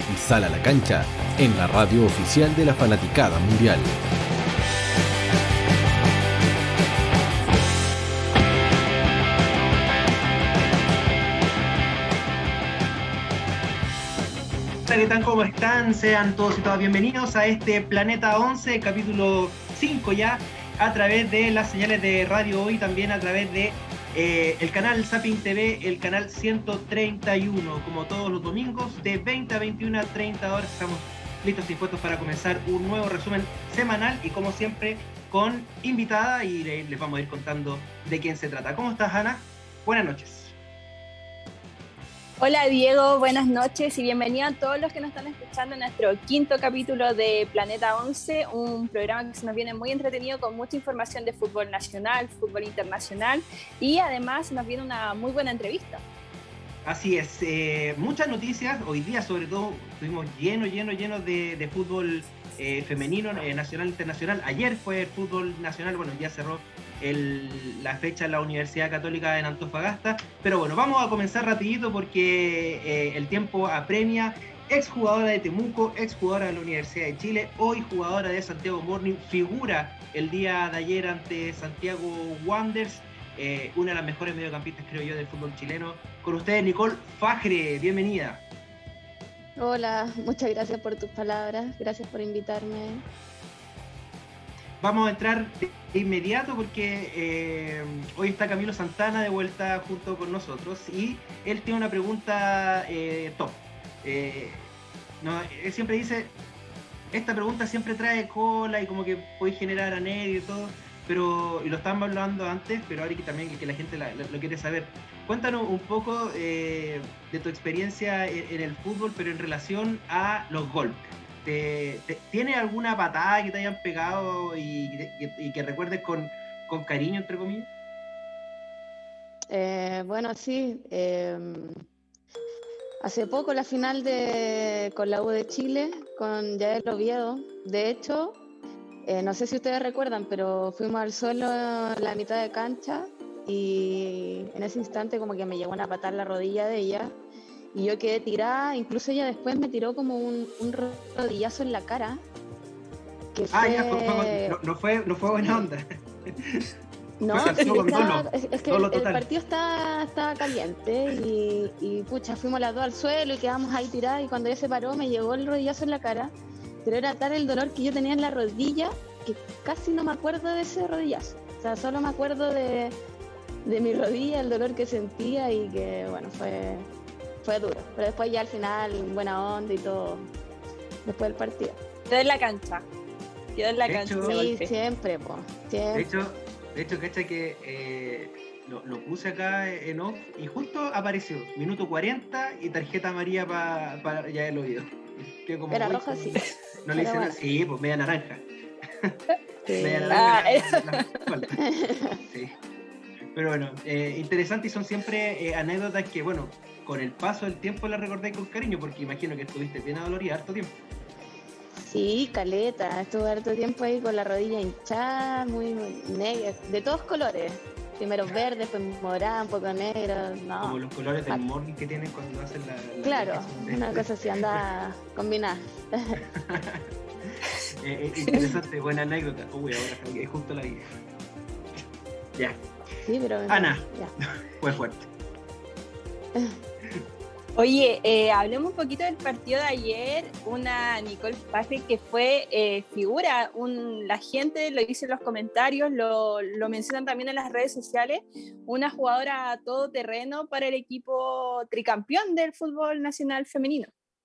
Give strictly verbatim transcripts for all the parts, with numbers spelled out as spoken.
y Sal a la Cancha en la radio oficial de la Fanaticada Mundial. Hola, ¿qué tal? ¿Cómo están? Sean todos y todas bienvenidos a este Planeta once, capítulo cinco ya, a través de las señales de Radio Hoy, también a través de eh, el canal Zapping T V, el canal ciento treinta y uno, como todos los domingos, de veinte a veintiuna, treinta horas. Estamos listos y dispuestos para comenzar un nuevo resumen semanal y, como siempre, con invitada, y les vamos a ir contando de quién se trata. ¿Cómo estás, Ana? Buenas noches. Hola Diego, buenas noches y bienvenido a todos los que nos están escuchando en nuestro quinto capítulo de Planeta once, un programa que se nos viene muy entretenido con mucha información de fútbol nacional, fútbol internacional y además nos viene una muy buena entrevista. Así es, eh, muchas noticias, hoy día sobre todo estuvimos lleno, lleno, lleno de, de fútbol eh, femenino, eh, nacional, internacional. Ayer fue el fútbol nacional, bueno, ya cerró El, la fecha en la Universidad Católica en Antofagasta, pero bueno, vamos a comenzar rapidito porque eh, el tiempo apremia. Exjugadora de Temuco, exjugadora de la Universidad de Chile, hoy jugadora de Santiago Morning, figura el día de ayer ante Santiago Wanderers, eh, una de las mejores mediocampistas, creo yo, del fútbol chileno. Con ustedes, Nicole Fajre, bienvenida. Hola, muchas gracias por tus palabras, gracias por invitarme. Vamos a entrar de inmediato porque eh, hoy está Camilo Santana de vuelta junto con nosotros y él tiene una pregunta eh, top. Eh, no, él siempre dice, esta pregunta siempre trae cola y como que puede generar anécdotas y todo, pero, y lo estábamos hablando antes, pero ahora que también que la gente la, lo, lo quiere saber. Cuéntanos un poco eh, de tu experiencia en, en el fútbol, pero en relación a los golpes. Te, te, ¿Tienes alguna patada que te hayan pegado y, y, y que recuerdes con, con cariño, entre comillas? Eh, bueno, sí. Eh, hace poco la final de con la U de Chile, con Yael Oviedo. De hecho, eh, no sé si ustedes recuerdan, pero fuimos al suelo en la mitad de cancha y en ese instante como que me llegó una patada en la rodilla de ella. Y yo quedé tirada, incluso ella después me tiró como un, un rodillazo en la cara. Que ah, fue... ya, fue, fue, no, no, fue, no fue buena onda. No, fue es que, con estaba, dolo, es, es que el, el partido estaba, estaba caliente y, y pucha, fuimos las dos al suelo y quedamos ahí tiradas y cuando ella se paró me llegó el rodillazo en la cara, pero era tal el dolor que yo tenía en la rodilla que casi no me acuerdo de ese rodillazo. O sea, solo me acuerdo de, de mi rodilla, el dolor que sentía y que, bueno, fue... Fue duro, pero después ya al final, buena onda y todo, después del partido. Quedó en la cancha, quedó en la de cancha. Hecho, sí, siempre, po, siempre. De hecho, de hecho, cacha que eh, lo, lo puse acá en off y justo apareció, minuto cuarenta y tarjeta amarilla para pa, ya el oído. Como era roja, sí. No le hice nada, sí, pues media naranja. Sí. media naranja. Ah, la, la, la, sí. Pero bueno, eh, interesante y son siempre eh, anécdotas que, bueno, con el paso del tiempo la recordé con cariño, porque imagino que estuviste bien adolorida harto tiempo. Sí, caleta, estuve harto tiempo ahí con la rodilla hinchada, muy, muy negra, de todos colores. Primero verde, después morado, un poco negro, no. Como los colores del morning que tienen cuando hacen la... la claro, una cosa así, anda combinada. eh, interesante, buena anécdota. Uy, ahora justo la vi. Ya. Sí, pero... Ana, ya. Fue fuerte. Oye, eh, hablemos un poquito del partido de ayer. Una Nicole Fajre que fue eh, figura, un, la gente lo dice en los comentarios, lo, lo mencionan también en las redes sociales, una jugadora todoterreno para el equipo tricampeón del fútbol nacional femenino.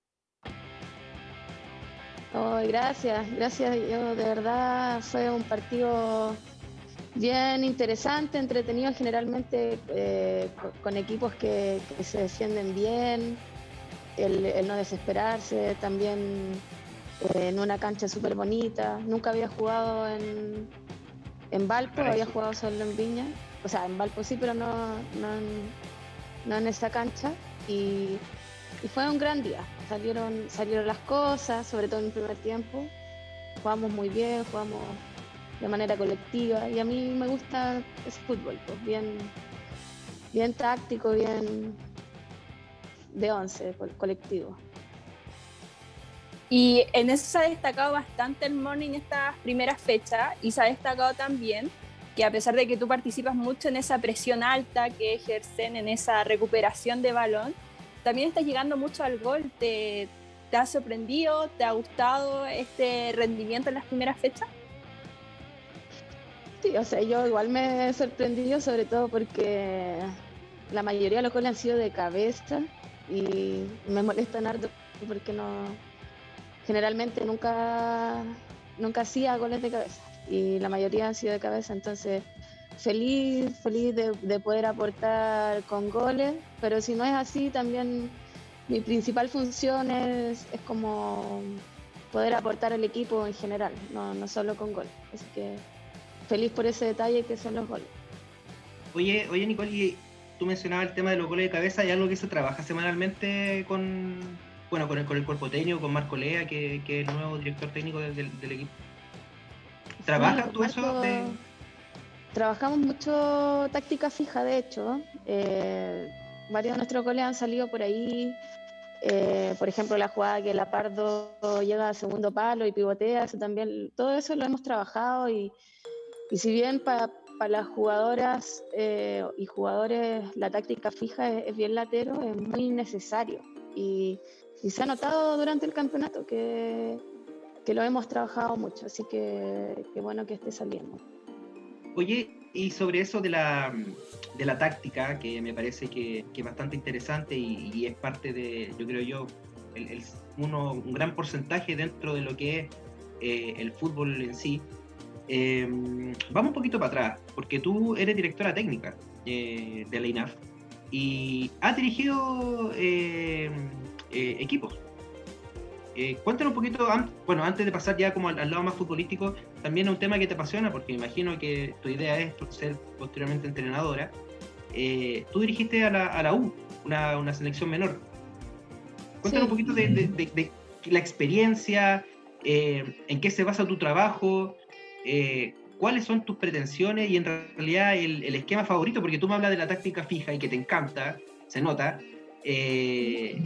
Oh, gracias, gracias. Yo de verdad fue un partido bien interesante, entretenido, generalmente eh, con, con equipos que, que se defienden bien, el, el no desesperarse, también eh, en una cancha súper bonita. Nunca había jugado en, en Valpo, Para había eso. jugado solo en Viña, o sea, en Valpo sí, pero no, no, en, no en esa cancha. Y, y fue un gran día, salieron, salieron las cosas, sobre todo en el primer tiempo. Jugamos muy bien, jugamos de manera colectiva y a mí me gusta ese fútbol, pues bien, bien táctico, bien de once, colectivo. Y en eso se ha destacado bastante el Morning estas primeras fechas, y se ha destacado también que a pesar de que tú participas mucho en esa presión alta que ejercen, en esa recuperación de balón, también estás llegando mucho al gol. ¿Te, te ha sorprendido? ¿Te ha gustado este rendimiento en las primeras fechas? Sí, o sea, yo igual me he sorprendido, sobre todo porque la mayoría de los goles han sido de cabeza y me molestan harto porque no, generalmente nunca, nunca hacía goles de cabeza y la mayoría han sido de cabeza, entonces feliz, feliz de, de poder aportar con goles, pero si no es así, también mi principal función es, es como poder aportar al equipo en general, no, no solo con goles, así que feliz por ese detalle que son los goles. Oye, oye Nicole, y tú mencionabas el tema de los goles de cabeza, ¿hay algo que se trabaja semanalmente con, bueno, con el, con el cuerpo técnico, con Marco Lea, que, que es el nuevo director técnico del, del, del equipo? ¿Trabajas Sí, tú Marco, eso? De... Trabajamos mucho táctica fija, de hecho. Eh, varios de nuestros goles han salido por ahí. Eh, por ejemplo, la jugada que la Pardo llega a segundo palo y pivotea, eso también, todo eso lo hemos trabajado y, y si bien para pa las jugadoras eh, y jugadores la táctica fija es, es bien latero, es muy necesario y, y se ha notado durante el campeonato que, que lo hemos trabajado mucho, así que qué bueno que esté saliendo. Oye, y sobre eso de la, de la táctica, que me parece que, que es bastante interesante y, y es parte de, yo creo yo, el, el, uno, un gran porcentaje dentro de lo que es eh, el fútbol en sí. Eh, vamos un poquito para atrás, porque tú eres directora técnica eh, de la I N A F y has dirigido eh, eh, equipos. Eh, cuéntanos un poquito, bueno, antes de pasar ya como al, al lado más futbolístico, también es un tema que te apasiona, porque me imagino que tu idea es ser posteriormente entrenadora. Eh, tú dirigiste a la, a la U, una, una selección menor. Cuéntanos sí. un poquito de, de, de, de la experiencia, eh, en qué se basa tu trabajo, eh, cuáles son tus pretensiones y en realidad el, el esquema favorito, porque tú me hablas de la táctica fija y que te encanta, se nota. Eh,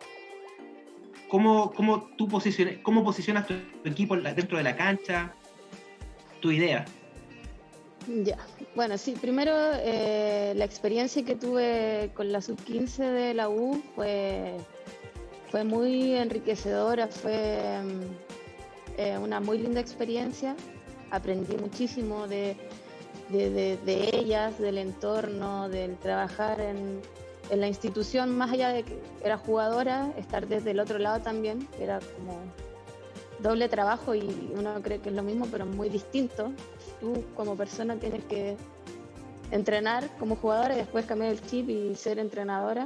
¿Cómo, cómo, tú posiciones, ¿Cómo posicionas tu equipo dentro de la cancha? Tu idea. Ya, bueno, sí, primero eh, la experiencia que tuve con la sub quince de la U fue, fue muy enriquecedora, fue eh, una muy linda experiencia. Aprendí muchísimo de, de, de, de ellas, del entorno, del trabajar en, en la institución, más allá de que era jugadora, estar desde el otro lado también, era como doble trabajo y uno cree que es lo mismo, pero muy distinto. Tú como persona tienes que entrenar como jugadora y después cambiar el chip y ser entrenadora.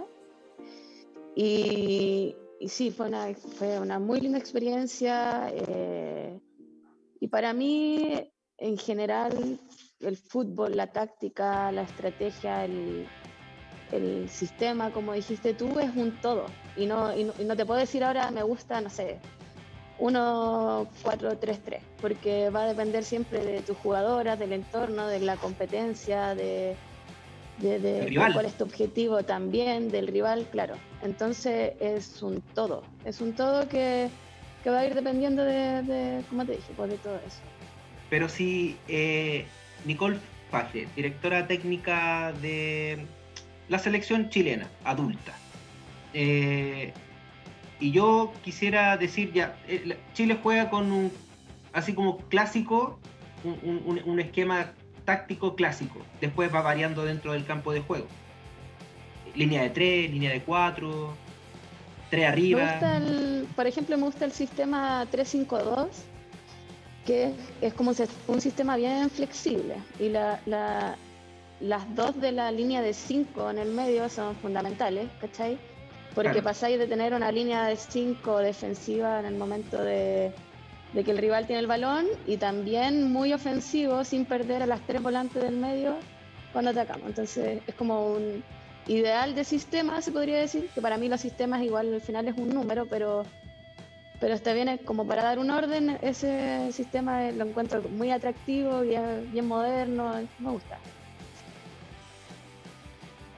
Y, y sí, fue una, fue una muy linda experiencia. Eh, y para mí, en general, el fútbol, la táctica, la estrategia, el, el sistema, como dijiste tú, es un todo. Y no, y no, y no te puedo decir ahora, me gusta, no sé, uno cuatro tres tres, porque va a depender siempre de tus jugadoras, del entorno, de la competencia, de, de, de, de cuál es tu objetivo también, del rival, claro. Entonces es un todo, es un todo que, que va a ir dependiendo de, de, como te dije, pues de todo eso. Pero si eh, Nicole Faje, directora técnica de la selección chilena, adulta, eh, y yo quisiera decir ya, Chile juega con un, así como clásico, un, un, un esquema táctico clásico. Después va variando dentro del campo de juego. Línea de tres, línea de cuatro, tres arriba. Me gusta el, por ejemplo, me gusta el sistema tres cinco dos, que es, es como un sistema bien flexible. Y la, la, las dos de la línea de cinco en el medio son fundamentales, ¿cachai? Porque claro, pasáis de tener una línea de cinco defensiva en el momento de, de que el rival tiene el balón y también muy ofensivo sin perder a las tres volantes del medio cuando atacamos. Entonces es como un ideal de sistema, se podría decir, que para mí los sistemas igual al final es un número, pero, pero está bien como para dar un orden. Ese sistema lo encuentro muy atractivo, bien, bien moderno, me gusta.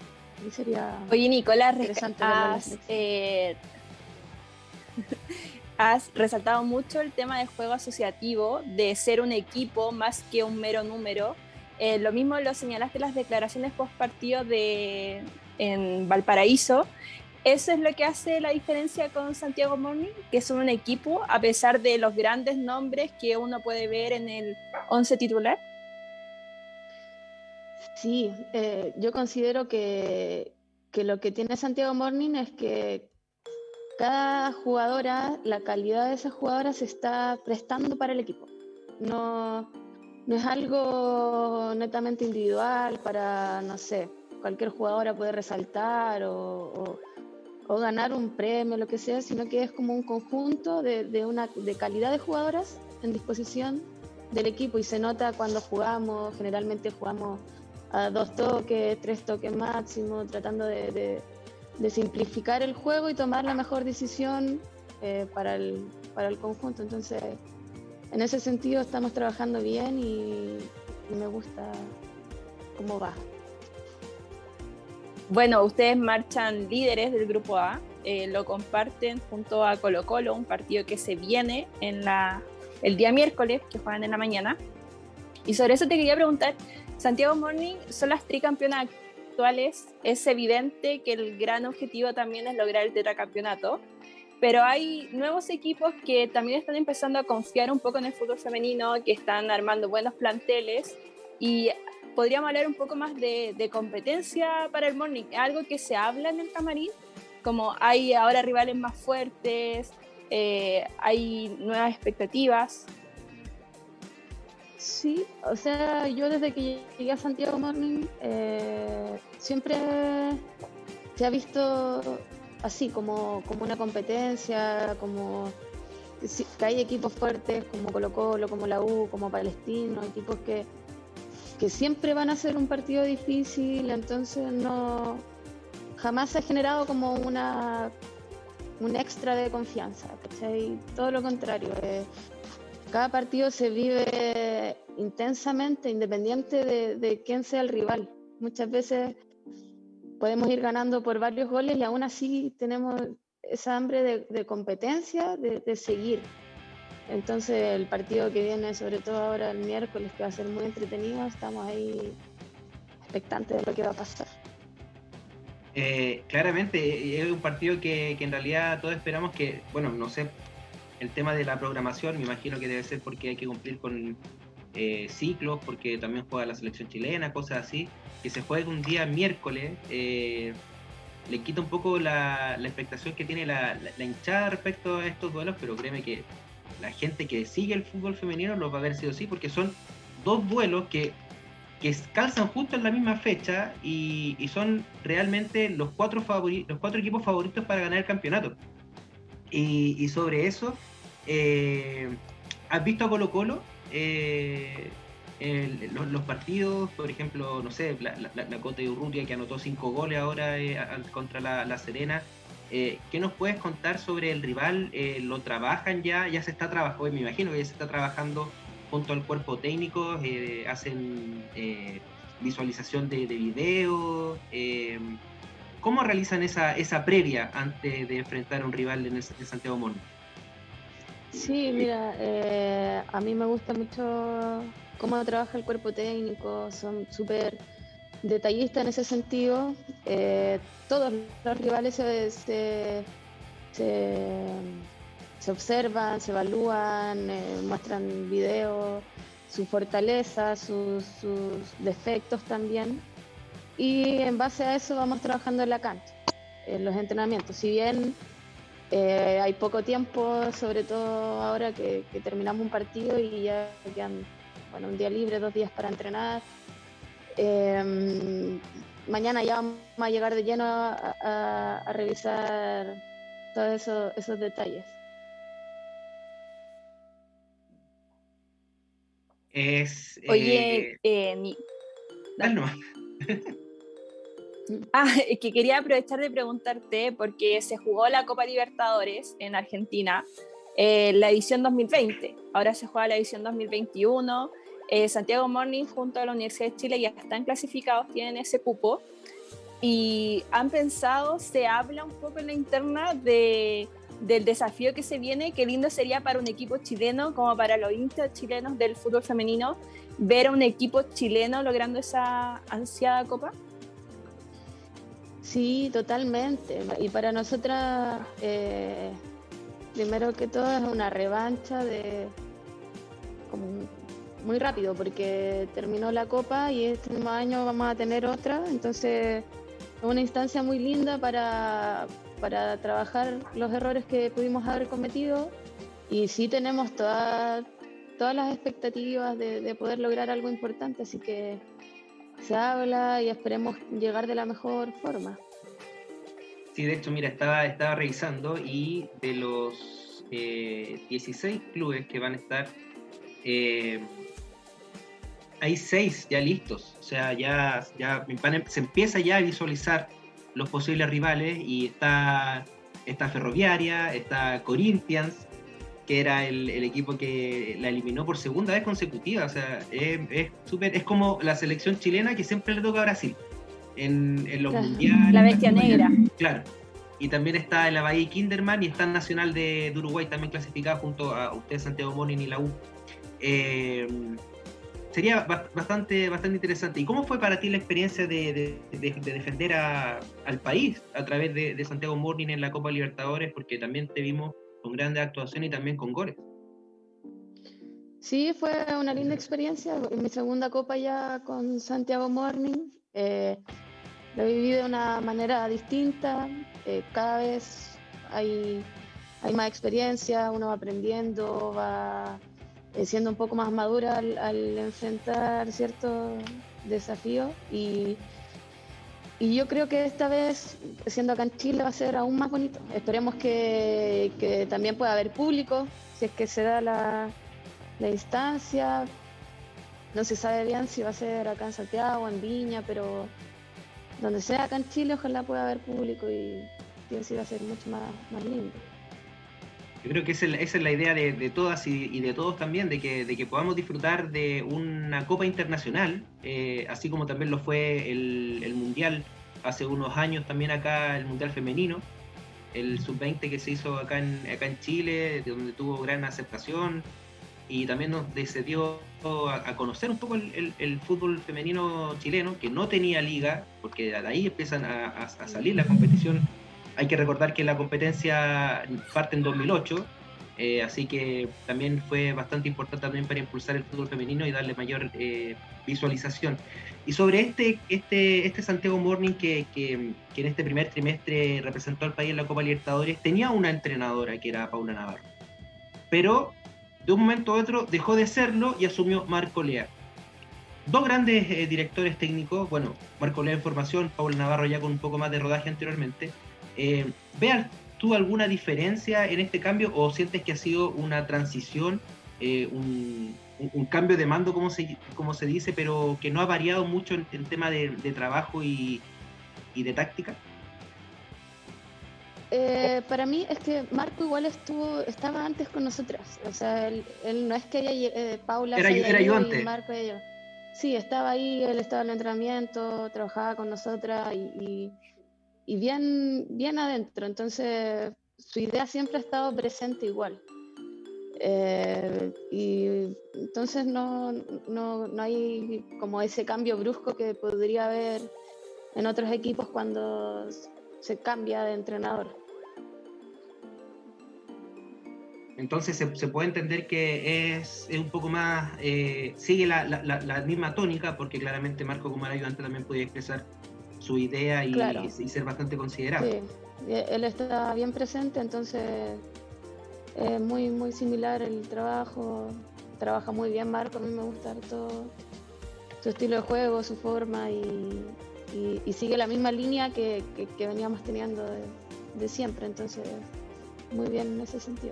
Sería Oye, Nicolás, has, eh, has resaltado mucho el tema del juego asociativo, de ser un equipo más que un mero número. Eh, lo mismo lo señalaste en las declaraciones post partido de, en Valparaíso. ¿Eso es lo que hace la diferencia con Santiago Morning? Que son un equipo a pesar de los grandes nombres que uno puede ver en el once titular. Sí, eh, yo considero que, que lo que tiene Santiago Morning es que cada jugadora, la calidad de esa jugadora se está prestando para el equipo. No, no es algo netamente individual para, no sé, cualquier jugadora puede resaltar o, o, o ganar un premio, lo que sea, sino que es como un conjunto de, de, una, de calidad de jugadoras en disposición del equipo, y se nota cuando jugamos. Generalmente jugamos a dos toques, tres toques máximo, tratando de, de, de simplificar el juego y tomar la mejor decisión eh, para, el, para el conjunto. Entonces, en ese sentido estamos trabajando bien y, y me gusta cómo va. Bueno, ustedes marchan líderes del grupo A, eh, lo comparten junto a Colo Colo, un partido que se viene en la, el día miércoles, que juegan en la mañana. Y sobre eso te quería preguntar, Santiago Morning son las tricampeonas actuales. Es evidente que el gran objetivo también es lograr el tetracampeonato, pero hay nuevos equipos que también están empezando a confiar un poco en el fútbol femenino, que están armando buenos planteles, y podríamos hablar un poco más de, de competencia para el Morning. ¿Algo que se habla en el camarín? Como hay ahora rivales más fuertes, eh, hay nuevas expectativas. Sí, o sea, yo desde que llegué a Santiago Morning eh, siempre se ha visto así, como, como una competencia, como que hay equipos fuertes como Colo Colo, como la U, como Palestino, equipos que, que siempre van a ser un partido difícil. Entonces no, jamás se ha generado como una un extra de confianza, ¿cachai? Todo lo contrario. Eh, Cada partido se vive intensamente, independiente de, de quién sea el rival. Muchas veces podemos ir ganando por varios goles y aún así tenemos esa hambre de, de competencia, de, de seguir. Entonces el partido que viene, sobre todo ahora el miércoles, que va a ser muy entretenido, estamos ahí expectantes de lo que va a pasar. Eh, claramente es un partido que, que en realidad todos esperamos que, bueno, no sé, el tema de la programación me imagino que debe ser porque hay que cumplir con eh, ciclos, porque también juega la selección chilena, cosas así, que se juegue un día miércoles, eh, le quita un poco la, la expectación que tiene la, la, la hinchada respecto a estos duelos, pero créeme que la gente que sigue el fútbol femenino lo va a ver sí o sí, porque son dos duelos que, que calzan justo en la misma fecha y, y son realmente los cuatro, favori- los cuatro equipos favoritos para ganar el campeonato. Y, y sobre eso, eh, ¿has visto a Colo Colo? Eh, el, los, los partidos, por ejemplo, no sé, la, la, la Cote de Urrutia, que anotó cinco goles ahora eh, contra la, la Serena. Eh, ¿Qué nos puedes contar sobre el rival? Eh, ¿Lo trabajan ya? ¿Ya se está trabajando? Me imagino que ya se está trabajando junto al cuerpo técnico, eh, hacen eh, visualización de, de video. Eh, ¿Cómo realizan esa, esa previa antes de enfrentar a un rival en, el, en Santiago Morning? Sí, mira, eh, a mí me gusta mucho cómo trabaja el cuerpo técnico, son súper detallistas en ese sentido. Eh, todos los rivales se, se, se, se observan, se evalúan, eh, muestran videos, sus fortalezas, sus, sus defectos también. Y en base a eso vamos trabajando en la cancha, en los entrenamientos. Si bien eh, hay poco tiempo, sobre todo ahora que, que terminamos un partido y ya quedan, bueno, un día libre, dos días para entrenar. Eh, mañana ya vamos a llegar de lleno a, a, a revisar todos eso, esos detalles. Es... Oye, Eh... eh, ni... Dale nomás. Ah, es que quería aprovechar de preguntarte, porque se jugó la Copa Libertadores en Argentina, eh, la edición dos mil veinte, ahora se juega la edición dos mil veintiuno, eh, Santiago Morning junto a la Universidad de Chile ya están clasificados, tienen ese cupo, y han pensado, se habla un poco en la interna de del desafío que se viene. Qué lindo sería para un equipo chileno, como para los hinchas chilenos del fútbol femenino, ver a un equipo chileno logrando esa ansiada copa. Sí, totalmente. Y para nosotras, eh, primero que todo, es una revancha de como muy rápido, porque terminó la copa y este mismo año vamos a tener otra. Entonces, es una instancia muy linda para, para trabajar los errores que pudimos haber cometido. Y sí tenemos toda, todas las expectativas de, de poder lograr algo importante, así que se habla y esperemos llegar de la mejor forma. Sí, de hecho, mira, estaba, estaba revisando y de los eh, dieciséis clubes que van a estar, eh, hay seis ya listos. O sea, ya, ya se empieza ya a visualizar los posibles rivales y está, está Ferroviaria, está Corinthians, que era el, el equipo que la eliminó por segunda vez consecutiva. O sea, es, es, super, es como la selección chilena que siempre le toca a Brasil en, en los Claro. mundiales. La bestia negra. Claro. Y también está el Avaí Kinderman y está el Nacional de, de Uruguay también clasificado junto a ustedes, Santiago Morning y la U. Eh, sería bastante, bastante interesante. ¿Y cómo fue para ti la experiencia de, de, de, de defender a, al país a través de, de Santiago Morning en la Copa Libertadores? Porque también te vimos con grandes actuaciones y también con goles. Sí, fue una linda experiencia. En mi segunda copa ya con Santiago Morning. Eh, lo viví de una manera distinta. Eh, cada vez hay, hay más experiencia, uno va aprendiendo, va eh, siendo un poco más madura al, al enfrentar ciertos desafíos. Y, y yo creo que esta vez, siendo acá en Chile, va a ser aún más bonito. Esperemos que, que también pueda haber público, si es que se da la, la instancia. No se sabe bien si va a ser acá en Santiago o en Viña, pero donde sea acá en Chile, ojalá pueda haber público y, y así va a ser mucho más, más lindo. Yo creo que esa es la, esa es la idea de, de todas y, y de todos también, de que, de que podamos disfrutar de una Copa Internacional, eh, así como también lo fue el, el Mundial hace unos años, también acá el Mundial Femenino, el sub veinte que se hizo acá en, acá en Chile, donde tuvo gran aceptación, y también nos dio a, a conocer un poco el, el, el fútbol femenino chileno, que no tenía liga, porque de ahí empiezan a, a, a salir la competición. Hay que recordar que la competencia parte en dos mil ocho, eh, así que también fue bastante importante también para impulsar el fútbol femenino y darle mayor eh, visualización. Y sobre este, este, este Santiago Morning que, que, que en este primer trimestre representó al país en la Copa Libertadores, tenía una entrenadora que era Paula Navarro, pero de un momento a otro dejó de serlo y asumió Marco Lea. Dos grandes eh, directores técnicos, bueno, Marco Lea en formación, Paula Navarro ya con un poco más de rodaje anteriormente. Eh, ¿Veas tú alguna diferencia en este cambio o sientes que ha sido una transición, eh, un, un, un cambio de mando, como se, como se dice, pero que no ha variado mucho en, en tema de, de trabajo y, y de táctica? Eh, para mí es que Marco igual estuvo, estaba antes con nosotras, o sea, él, él no es que haya, eh, Paula era, se era yo antes. Y Marco y yo. Sí, estaba ahí, él estaba en el entrenamiento, trabajaba con nosotras y, y, y bien, bien adentro, entonces su idea siempre ha estado presente igual. Eh, y entonces no, no, no hay como ese cambio brusco que podría haber en otros equipos cuando se cambia de entrenador. Entonces se, se puede entender que es, es un poco más, eh, sigue la, la, la misma tónica, porque claramente Marco como ayudante también podía expresar su idea y, claro. y, y ser bastante considerado. Sí, él está bien presente, entonces es muy, muy similar el trabajo, trabaja muy bien Marco, a mí me gusta todo su estilo de juego, su forma y, y, y sigue la misma línea que, que, que veníamos teniendo de, de siempre, entonces muy bien en ese sentido.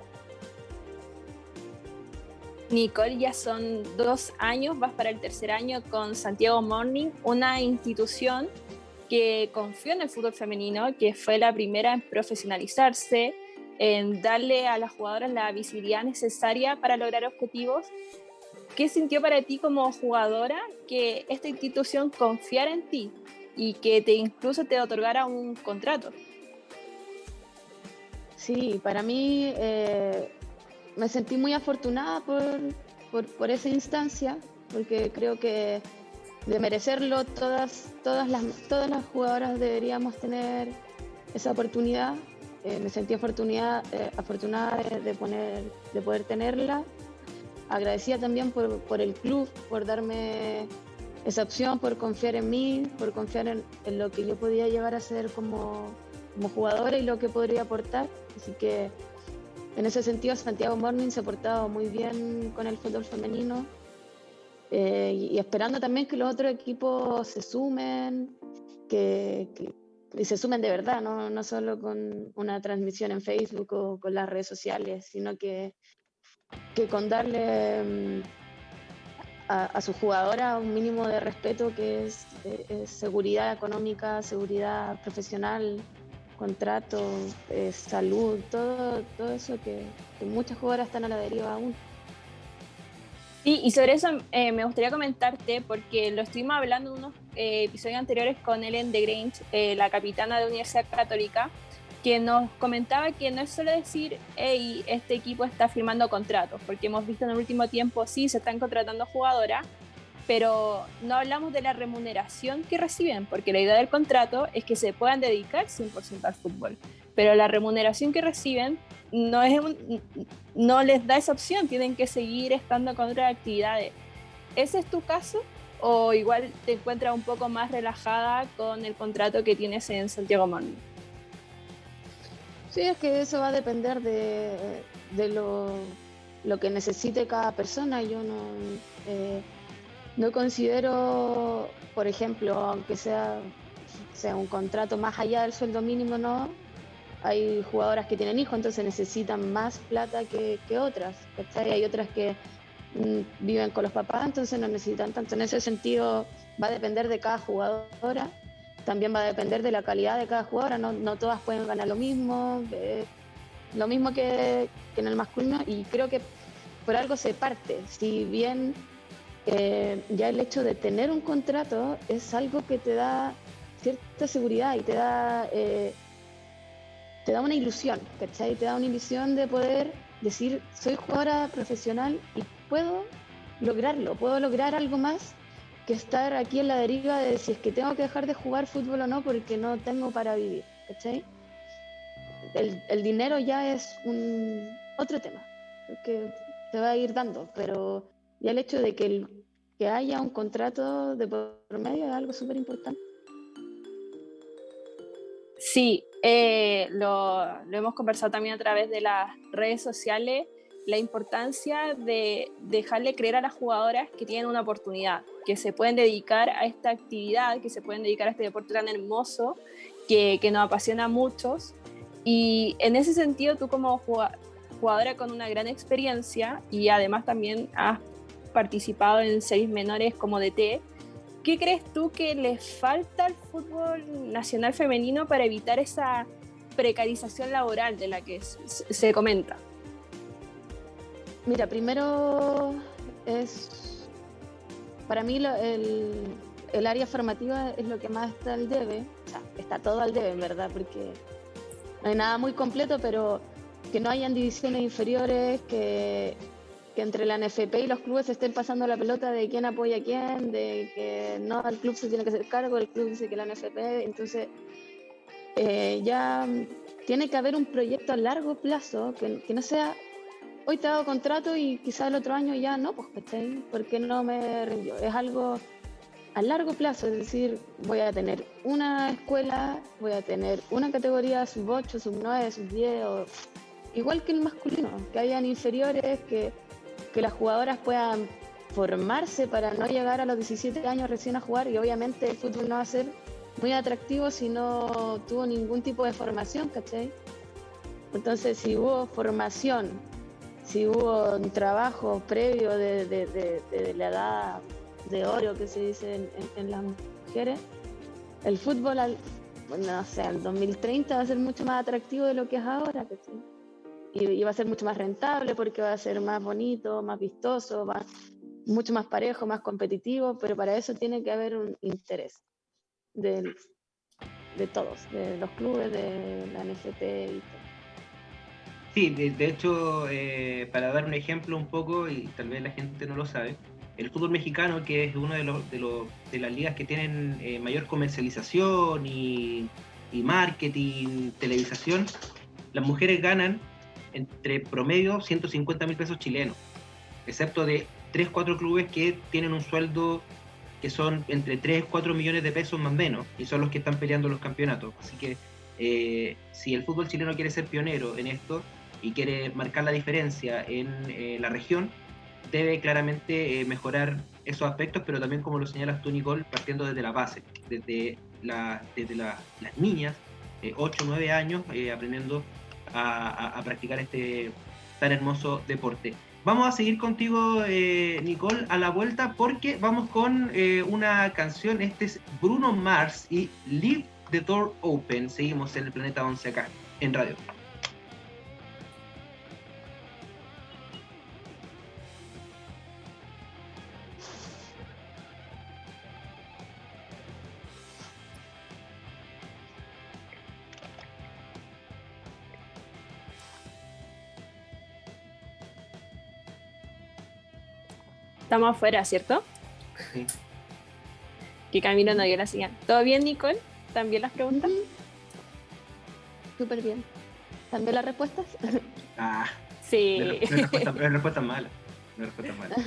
Nicole, ya son dos años, vas para el tercer año con Santiago Morning, una institución que confió en el fútbol femenino, que fue la primera en profesionalizarse, en darle a las jugadoras la visibilidad necesaria para lograr objetivos. ¿Qué sintió para ti como jugadora que esta institución confiara en ti y que te incluso te otorgara un contrato? Sí, para mí eh, me sentí muy afortunada por, por, por esa instancia, porque creo que de merecerlo todas, todas, las, todas las jugadoras deberíamos tener esa oportunidad. Eh, me sentí afortunada, eh, afortunada de, de, poner, de poder tenerla. Agradecida también por, por el club, por darme esa opción, por confiar en mí, por confiar en, en lo que yo podía llegar a ser como, como jugadora y lo que podría aportar. Así que en ese sentido Santiago Morning se ha portado muy bien con el fútbol femenino, eh, y, y esperando también que los otros equipos se sumen, que, que y se sumen de verdad, ¿no? No solo con una transmisión en Facebook o con las redes sociales, sino que, que con darle um, a, a su jugadora un mínimo de respeto, que es, es seguridad económica, seguridad profesional, contrato, eh, salud, todo, todo eso que, que muchas jugadoras están a la deriva aún. Sí, y sobre eso eh, me gustaría comentarte, porque lo estuvimos hablando en unos eh, episodios anteriores con Ellen de Grange, eh, la capitana de Universidad Católica, que nos comentaba que no es solo decir, hey, este equipo está firmando contratos, porque hemos visto en el último tiempo, sí, se están contratando jugadoras, pero no hablamos de la remuneración que reciben, porque la idea del contrato es que se puedan dedicar cien por ciento al fútbol, pero la remuneración que reciben no, es un, no les da esa opción, tienen que seguir estando con otras actividades. ¿Ese es tu caso? ¿O igual te encuentras un poco más relajada con el contrato que tienes en Santiago Morning? Sí, es que eso va a depender de, de lo, lo que necesite cada persona. Yo no, eh, no considero, por ejemplo, aunque sea, sea un contrato más allá del sueldo mínimo, no. Hay jugadoras que tienen hijos, entonces necesitan más plata que, que otras, ¿cachai? Hay otras que mm, viven con los papás, entonces no necesitan tanto. En ese sentido va a depender de cada jugadora, también va a depender de la calidad de cada jugadora, no, no todas pueden ganar lo mismo, eh, lo mismo que, que en el masculino, y creo que por algo se parte. Si bien eh, ya el hecho de tener un contrato es algo que te da cierta seguridad y te da... Eh, te da una ilusión, ¿cachai? Te da una ilusión de poder decir, soy jugadora profesional y puedo lograrlo, puedo lograr algo más que estar aquí en la deriva de si es que tengo que dejar de jugar fútbol o no porque no tengo para vivir, ¿cachai? El, el dinero ya es un otro tema que te va a ir dando, pero ya el hecho de que, el, que haya un contrato de por medio es algo súper importante. Sí, eh, lo, lo hemos conversado también a través de las redes sociales, la importancia de dejarle creer a las jugadoras que tienen una oportunidad, que se pueden dedicar a esta actividad, que se pueden dedicar a este deporte tan hermoso, que, que nos apasiona a muchos. Y en ese sentido, tú como jugadora con una gran experiencia y además también has participado en series menores como D T, ¿qué crees tú que le falta al fútbol nacional femenino para evitar esa precarización laboral de la que se, se comenta? Mira, primero es, para mí lo, el, el área formativa es lo que más está al debe, o sea, está todo al debe en verdad, porque no hay nada muy completo, pero que no hayan divisiones inferiores, que... que entre la N F P y los clubes se estén pasando la pelota de quién apoya a quién, de que no, el club se tiene que hacer cargo, el club dice que la N F P, entonces eh, ya tiene que haber un proyecto a largo plazo, que, que no sea, hoy te he dado contrato y quizás el otro año ya no, pues, ¿cachai? Porque no me rindió, es algo a largo plazo, es decir, voy a tener una escuela, voy a tener una categoría sub ocho, sub nueve, sub diez, o, igual que el masculino, que hayan inferiores, que que las jugadoras puedan formarse para no llegar a los diecisiete años recién a jugar, y obviamente el fútbol no va a ser muy atractivo si no tuvo ningún tipo de formación, ¿cachai? Entonces, si hubo formación, si hubo un trabajo previo de, de, de, de la edad de oro que se dice en, en, en las mujeres, el fútbol, al, bueno, no sé, al dos mil treinta va a ser mucho más atractivo de lo que es ahora, ¿cachai? Y va a ser mucho más rentable porque va a ser más bonito, más vistoso, más, mucho más parejo, más competitivo, pero para eso tiene que haber un interés de, de todos, de los clubes, de la N F P y todo. Sí, de, de hecho, eh, para dar un ejemplo un poco, y tal vez la gente no lo sabe, el fútbol mexicano, que es uno de, los, de, los, de las ligas que tienen eh, mayor comercialización y, y marketing, televisación, las mujeres ganan entre promedio ciento cincuenta mil pesos chilenos, excepto de tres cuatro clubes que tienen un sueldo que son entre tres cuatro millones de pesos más o menos, y son los que están peleando los campeonatos. Así que eh, si el fútbol chileno quiere ser pionero en esto y quiere marcar la diferencia en eh, la región, debe claramente eh, mejorar esos aspectos, pero también, como lo señalas tú, Nicole, partiendo desde la base, desde, la, desde la, las niñas, eh, ocho o nueve años, eh, aprendiendo a, a, a practicar este tan hermoso deporte. Vamos a seguir contigo, eh, Nicole, a la vuelta, porque vamos con eh, una canción. Este es Bruno Mars y Leave the Door Open. Seguimos en el Planeta once acá, en radio. Estamos afuera, ¿cierto? Sí. Que Camilo no dio la señal. ¿Todo bien, Nicole? ¿También las preguntas? Súper bien. ¿También las respuestas? Ah, Sí. no hay respuesta, no hay respuesta mala. No hay respuesta mala.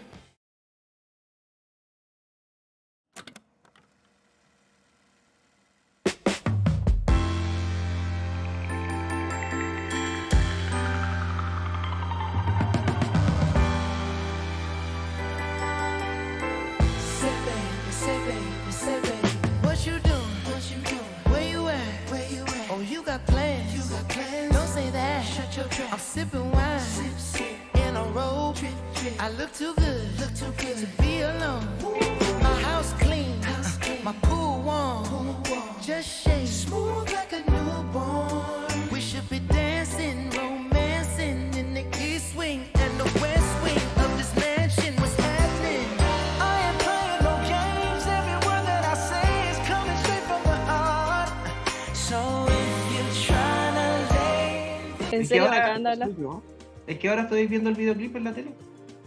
I'm sipping wine sip, sip. In a robe. Trip, trip. I look too good, look too good to be alone. Ooh. My house clean, house clean. My pool warm. Pool warm. Just shake smooth like a newborn. We should be dancing, romancing in the east wing and the west wing of this mansion. What's happening? I ain't playing no games. Every word that I say is coming straight from the heart. So if you're trying to lay. ¿En serio me acaban de hablar? Es que ahora estoy viendo el videoclip en la tele.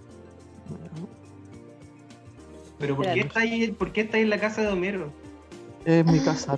Pero ¿por qué está ahí, por qué está ahí en la casa de Homero? Es mi casa.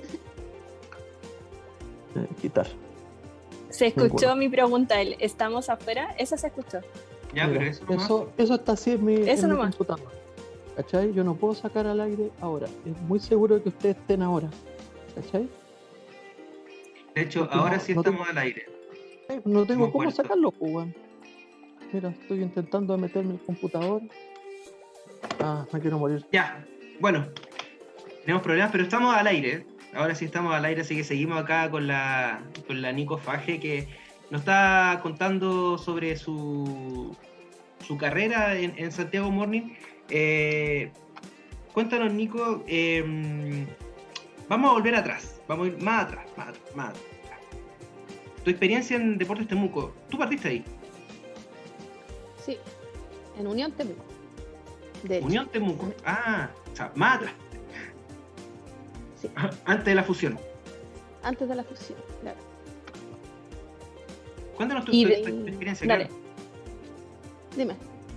Eh, quitar. Se escuchó Ninguno. mi pregunta, el ¿estamos afuera? Eso se escuchó. Ya, Mira, pero eso nomás. eso, eso está así en mi, Eso en mi nomás. computador. ¿Cachai? Yo no puedo sacar al aire ahora. Es muy seguro que ustedes estén ahora. ¿Cachai? De hecho, Porque ahora no- sí no estamos tengo- al aire. Eh, No tengo Hemos cómo vuelto. sacarlo, pues, weón. Mira, estoy intentando meterme el computador. Ah, me quiero morir. Ya, bueno, tenemos problemas, pero estamos al aire. Ahora sí estamos al aire, así que seguimos acá con la, con la Nico Faje, que nos está contando sobre su, su carrera en, en Santiago Morning. Eh, cuéntanos, Nico, eh, vamos a volver atrás, vamos a ir más atrás, más atrás, más atrás. Tu experiencia en Deportes Temuco, ¿tú partiste ahí? Sí, en Unión Temuco. De hecho. Unión Temuco, ah, o sea, más atrás, Sí, antes de la fusión. antes de la fusión, claro. Cuéntanos tu, Y tu- de- tu experiencia, dale. claro. Dime.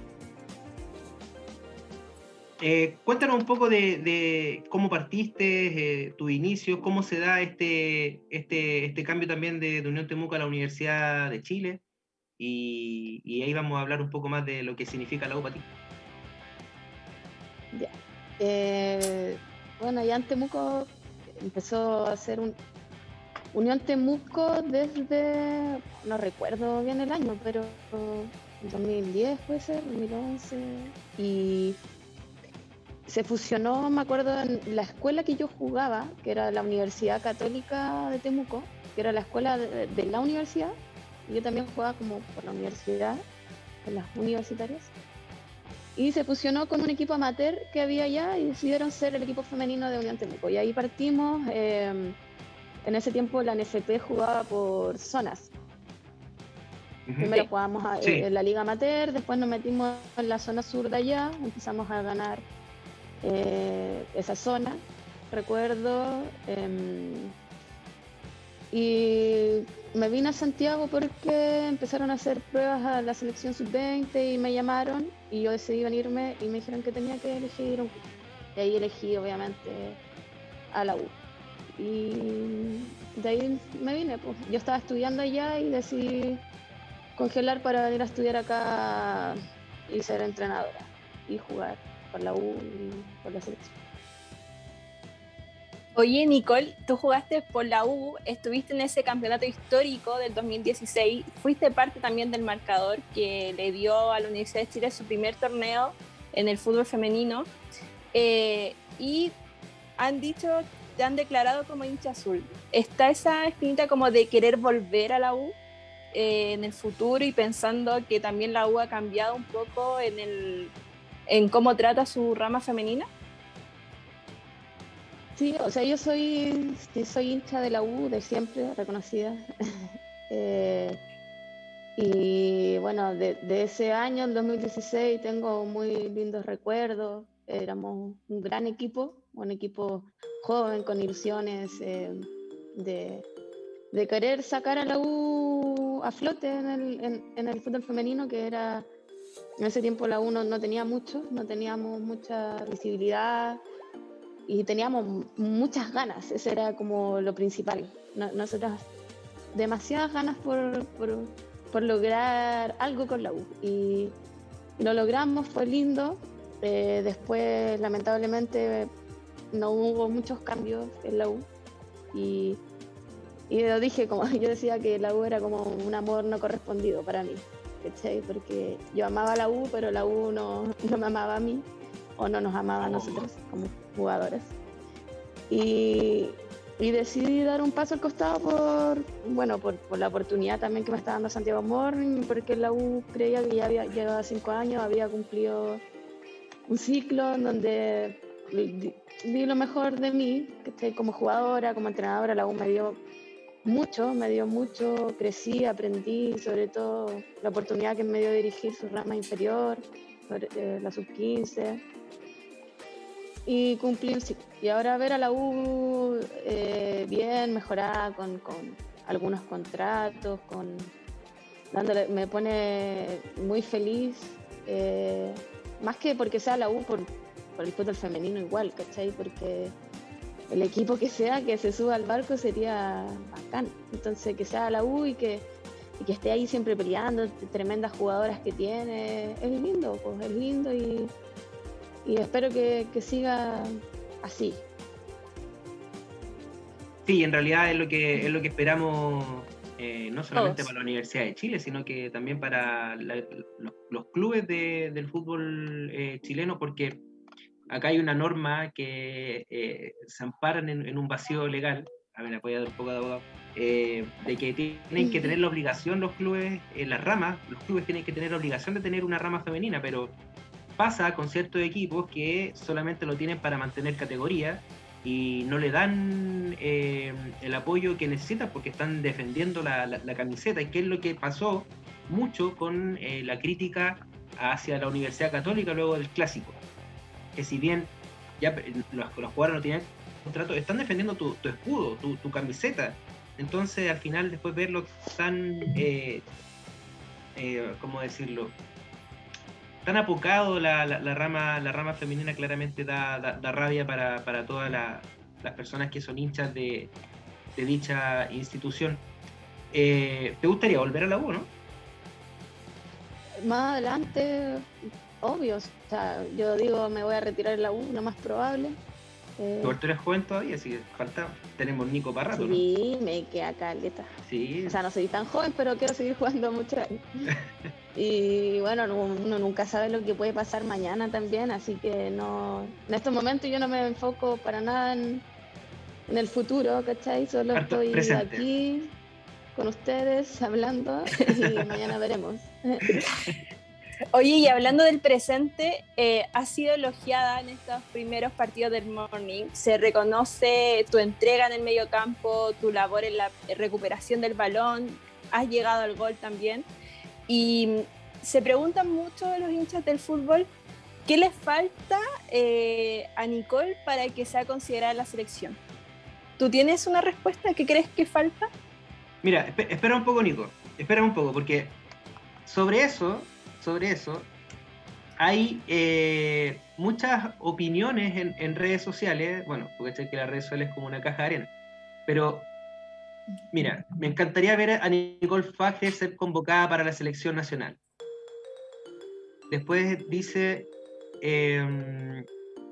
Eh, cuéntanos un poco de, de cómo partiste, eh, tu inicio, cómo se da este, este, este cambio también de, de Unión Temuco a la Universidad de Chile, y, y ahí vamos a hablar un poco más de lo que significa la U para ti. Ya. Eh, bueno, ya en Temuco empezó a hacer un Unión Temuco desde, no recuerdo bien el año, pero dos mil diez puede ser, dos mil once, y se fusionó, me acuerdo, en la escuela que yo jugaba, que era la Universidad Católica de Temuco, que era la escuela de, de la universidad, y yo también jugaba como por la universidad, en las universitarias. Y se fusionó con un equipo amateur que había allá y decidieron ser el equipo femenino de Unión Temuco. Y ahí partimos. Eh, en ese tiempo la N F P jugaba por zonas. Ujú. Primero Sí. jugábamos a- Sí. en la Liga Amateur, después nos metimos en la zona sur de allá, empezamos a ganar eh, esa zona, recuerdo. em, Y me vine a Santiago porque empezaron a hacer pruebas a la selección sub veinte y me llamaron y yo decidí venirme y me dijeron que tenía que elegir un club. Y ahí elegí obviamente a la U. Y de ahí me vine, pues. Yo estaba estudiando allá y decidí congelar para venir a estudiar acá y ser entrenadora y jugar por la U y por la selección. Oye, Nicole, tú jugaste por la U, estuviste en ese campeonato histórico del dos mil dieciséis, fuiste parte también del marcador que le dio a la Universidad de Chile su primer torneo en el fútbol femenino, eh, y han dicho, te han declarado como hincha azul. ¿Está esa espinita como de querer volver a la U eh, en el futuro y pensando que también la U ha cambiado un poco en, el, en cómo trata su rama femenina? Sí, o sea, yo soy, soy hincha de la U de siempre, reconocida. eh, y bueno, de, de ese año, el dos mil dieciséis, tengo muy lindos recuerdos. Éramos un gran equipo, un equipo joven, con ilusiones eh, de, de querer sacar a la U a flote en el, en, en el fútbol femenino, que era, en ese tiempo la U no, no tenía mucho, no teníamos mucha visibilidad. Y teníamos muchas ganas, eso era como lo principal. No, nosotros demasiadas ganas por, por, por lograr algo con la U. Y lo logramos, fue lindo. Eh, después, lamentablemente, no hubo muchos cambios en la U. Y, y lo dije, como yo decía que la U era como un amor no correspondido para mí, ¿cachai? Porque yo amaba a la U, pero la U no, no me amaba a mí, o no nos amaba a nosotros como jugadoras. Y, y decidí dar un paso al costado por, bueno, por, por la oportunidad también que me estaba dando Santiago Morning, porque la U creía que ya había llegado a cinco años, había cumplido un ciclo en donde di, di lo mejor de mí, que estoy como jugadora, como entrenadora. La U me dio mucho, me dio mucho, crecí, aprendí, sobre todo la oportunidad que me dio de dirigir su rama inferior, eh, la sub quince. Y cumplí un ciclo. Y ahora ver a la U eh, bien, mejorada, con, con algunos contratos, con dándole, me pone muy feliz, eh, más que porque sea la U, por, por el fútbol femenino igual, ¿cachai? Porque el equipo que sea, que se suba al barco sería bacán. Entonces que sea la U y que, y que esté ahí siempre peleando, tremendas jugadoras que tiene, es lindo, pues es lindo y Y espero que, que siga así. Sí, en realidad es lo que, es lo que esperamos, eh, no solamente Todos. para la Universidad de Chile, sino que también para la, los, los clubes de, del fútbol eh, chileno, porque acá hay una norma que eh, se amparan en, en un vacío legal, a ver, voy a dar un poco de abogado, eh, de que tienen que tener la obligación los clubes, en las ramas, los clubes tienen que tener la obligación de tener una rama femenina, pero pasa con ciertos equipos que solamente lo tienen para mantener categoría y no le dan eh, el apoyo que necesitan porque están defendiendo la, la, la camiseta, y que es lo que pasó mucho con eh, la crítica hacia la Universidad Católica luego del clásico, que si bien ya los, los jugadores no tienen contrato, están defendiendo tu, tu escudo, tu, tu camiseta. Entonces al final después verlo tan eh, eh, ¿cómo decirlo? tan apocado la, la, la rama la rama femenina, claramente da, da, da rabia para, para todas la, las personas que son hinchas de, de dicha institución. Eh, ¿Te gustaría volver a la U, no? Más adelante, obvio, o sea, yo digo me voy a retirar en la U, lo más probable. Eh, Igual tú eres joven todavía, así que falta, tenemos Nico para rato, sí, ¿no? me queda caleta. Sí. O sea, no soy tan joven, pero quiero seguir jugando mucho años. Y bueno, uno nunca sabe lo que puede pasar mañana también, así que no, en estos momentos yo no me enfoco para nada en, en el futuro, ¿cachai? Solo Harto estoy presente. aquí con ustedes hablando y mañana veremos. Oye, y hablando del presente, eh, has sido elogiada en estos primeros partidos del Morning. Se reconoce tu entrega en el mediocampo, tu labor en la recuperación del balón, has llegado al gol también. Y se preguntan mucho los hinchas del fútbol, ¿qué les falta eh, a Nicole para que sea considerada la selección? ¿Tú tienes una respuesta? ¿Qué crees que falta? Mira, esp- espera un poco, Nico. Espera un poco, porque sobre eso, sobre eso, hay eh, muchas opiniones en, en redes sociales. Bueno, porque sé que las redes sociales es como una caja de arena. Pero, mira, me encantaría ver a Nicole Fagge ser convocada para la selección nacional. Después dice, eh,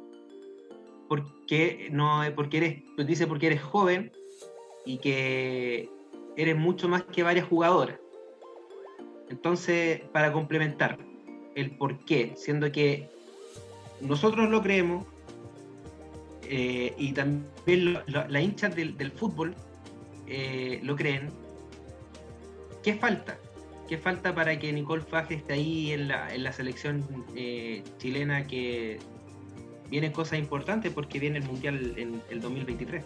porque no, porque eres, dice porque eres joven y que eres mucho más que varias jugadoras. Entonces, para complementar el por qué, siendo que nosotros lo creemos eh, y también lo, lo, las hinchas del, del fútbol eh, lo creen, ¿qué falta? ¿Qué falta para que Nicole Fagge esté ahí en la, en la selección eh, chilena, que vienen cosas importantes porque viene el Mundial en el dos mil veintitrés?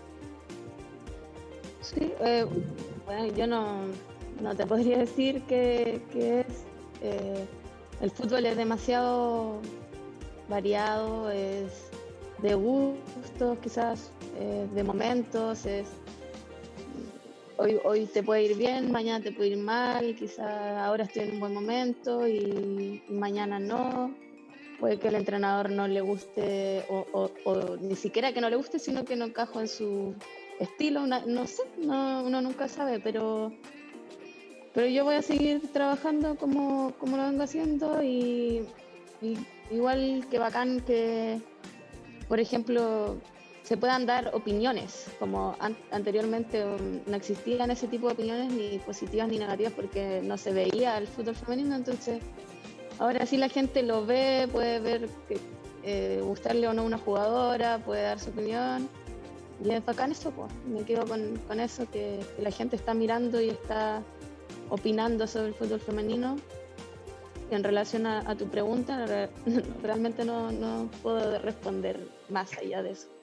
Sí, eh, bueno, yo no, no te podría decir que, que es... Eh, el fútbol es demasiado variado, es de gustos, quizás, eh, de momentos, es... Hoy, hoy te puede ir bien, mañana te puede ir mal, quizás ahora estoy en un buen momento y, y mañana no. Puede que el entrenador no le guste, o, o, o ni siquiera que no le guste, sino que no encajo en su estilo, una, no sé, no, uno nunca sabe, pero, pero yo voy a seguir trabajando como, como lo vengo haciendo y, y igual que bacán que, por ejemplo, se puedan dar opiniones, como an- anteriormente um, no existían ese tipo de opiniones ni positivas ni negativas porque no se veía el fútbol femenino, entonces ahora sí la gente lo ve, puede ver que, eh, gustarle o no una jugadora, puede dar su opinión y es bacán eso, pues. Me quedo con, con eso, que, que la gente está mirando y está opinando sobre el fútbol femenino. En relación a, a tu pregunta, re- realmente no, no puedo responder más allá de eso.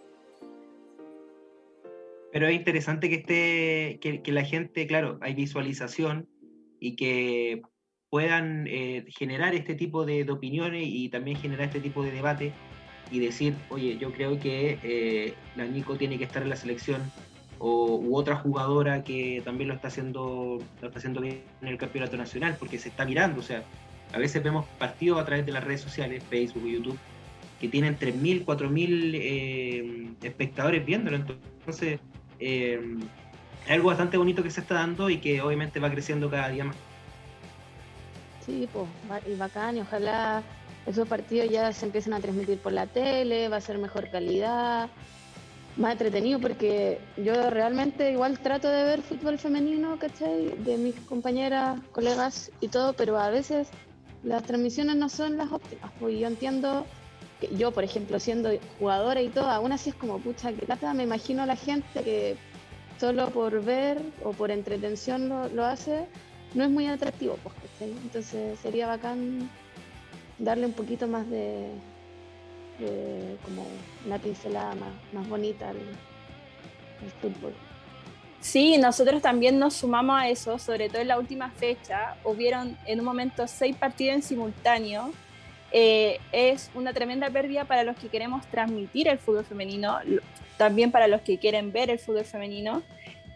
Pero es interesante que esté, que, que la gente, claro, hay visualización y que puedan eh, generar este tipo de, de opiniones y también generar este tipo de debate y decir, oye, yo creo que eh, la Nico tiene que estar en la selección, o u otra jugadora que también lo está haciendo, lo está haciendo bien en el campeonato nacional, porque se está mirando. O sea, a veces vemos partidos a través de las redes sociales, Facebook y YouTube, que tienen tres mil, cuatro mil eh, espectadores viéndolo. Entonces, eh, es algo bastante bonito que se está dando y que obviamente va creciendo cada día más. Sí, pues, y bacán, y ojalá esos partidos ya se empiecen a transmitir por la tele, va a ser mejor calidad, más entretenido, porque yo realmente igual trato de ver fútbol femenino, ¿cachai? De mis compañeras, colegas y todo, pero a veces las transmisiones no son las óptimas, pues yo entiendo que yo, por ejemplo, siendo jugadora y todo, aún así es como, pucha, que lata, me imagino a la gente que solo por ver o por entretención lo, lo hace, no es muy atractivo, pues, ¿cachai? Entonces sería bacán darle un poquito más de, de como una pincelada más, más bonita al, al fútbol. Sí, nosotros también nos sumamos a eso, sobre todo en la última fecha. Hubieron en un momento seis partidos en simultáneo. Eh, es una tremenda pérdida para los que queremos transmitir el fútbol femenino, también para los que quieren ver el fútbol femenino.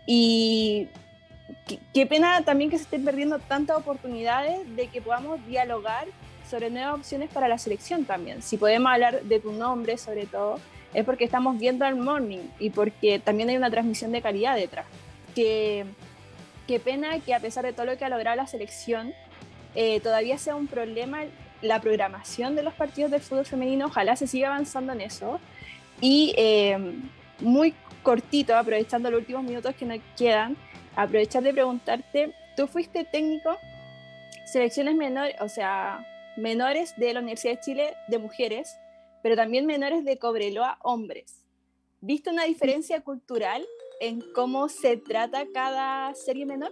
Y qué, qué pena también que se estén perdiendo tantas oportunidades de que podamos dialogar sobre nuevas opciones para la selección también. Si podemos hablar de tu nombre, sobre todo, es porque estamos viendo al Morning y porque también hay una transmisión de calidad detrás. Que, qué pena que a pesar de todo lo que ha logrado la selección, eh, todavía sea un problema la programación de los partidos del fútbol femenino. Ojalá se siga avanzando en eso. Y eh, muy cortito, aprovechando los últimos minutos que nos quedan, aprovechar de preguntarte, tú fuiste técnico selecciones menores, o sea, menores de la Universidad de Chile de mujeres, pero también menores de Cobreloa hombres. ¿Viste una diferencia cultural en cómo se trata cada serie menor?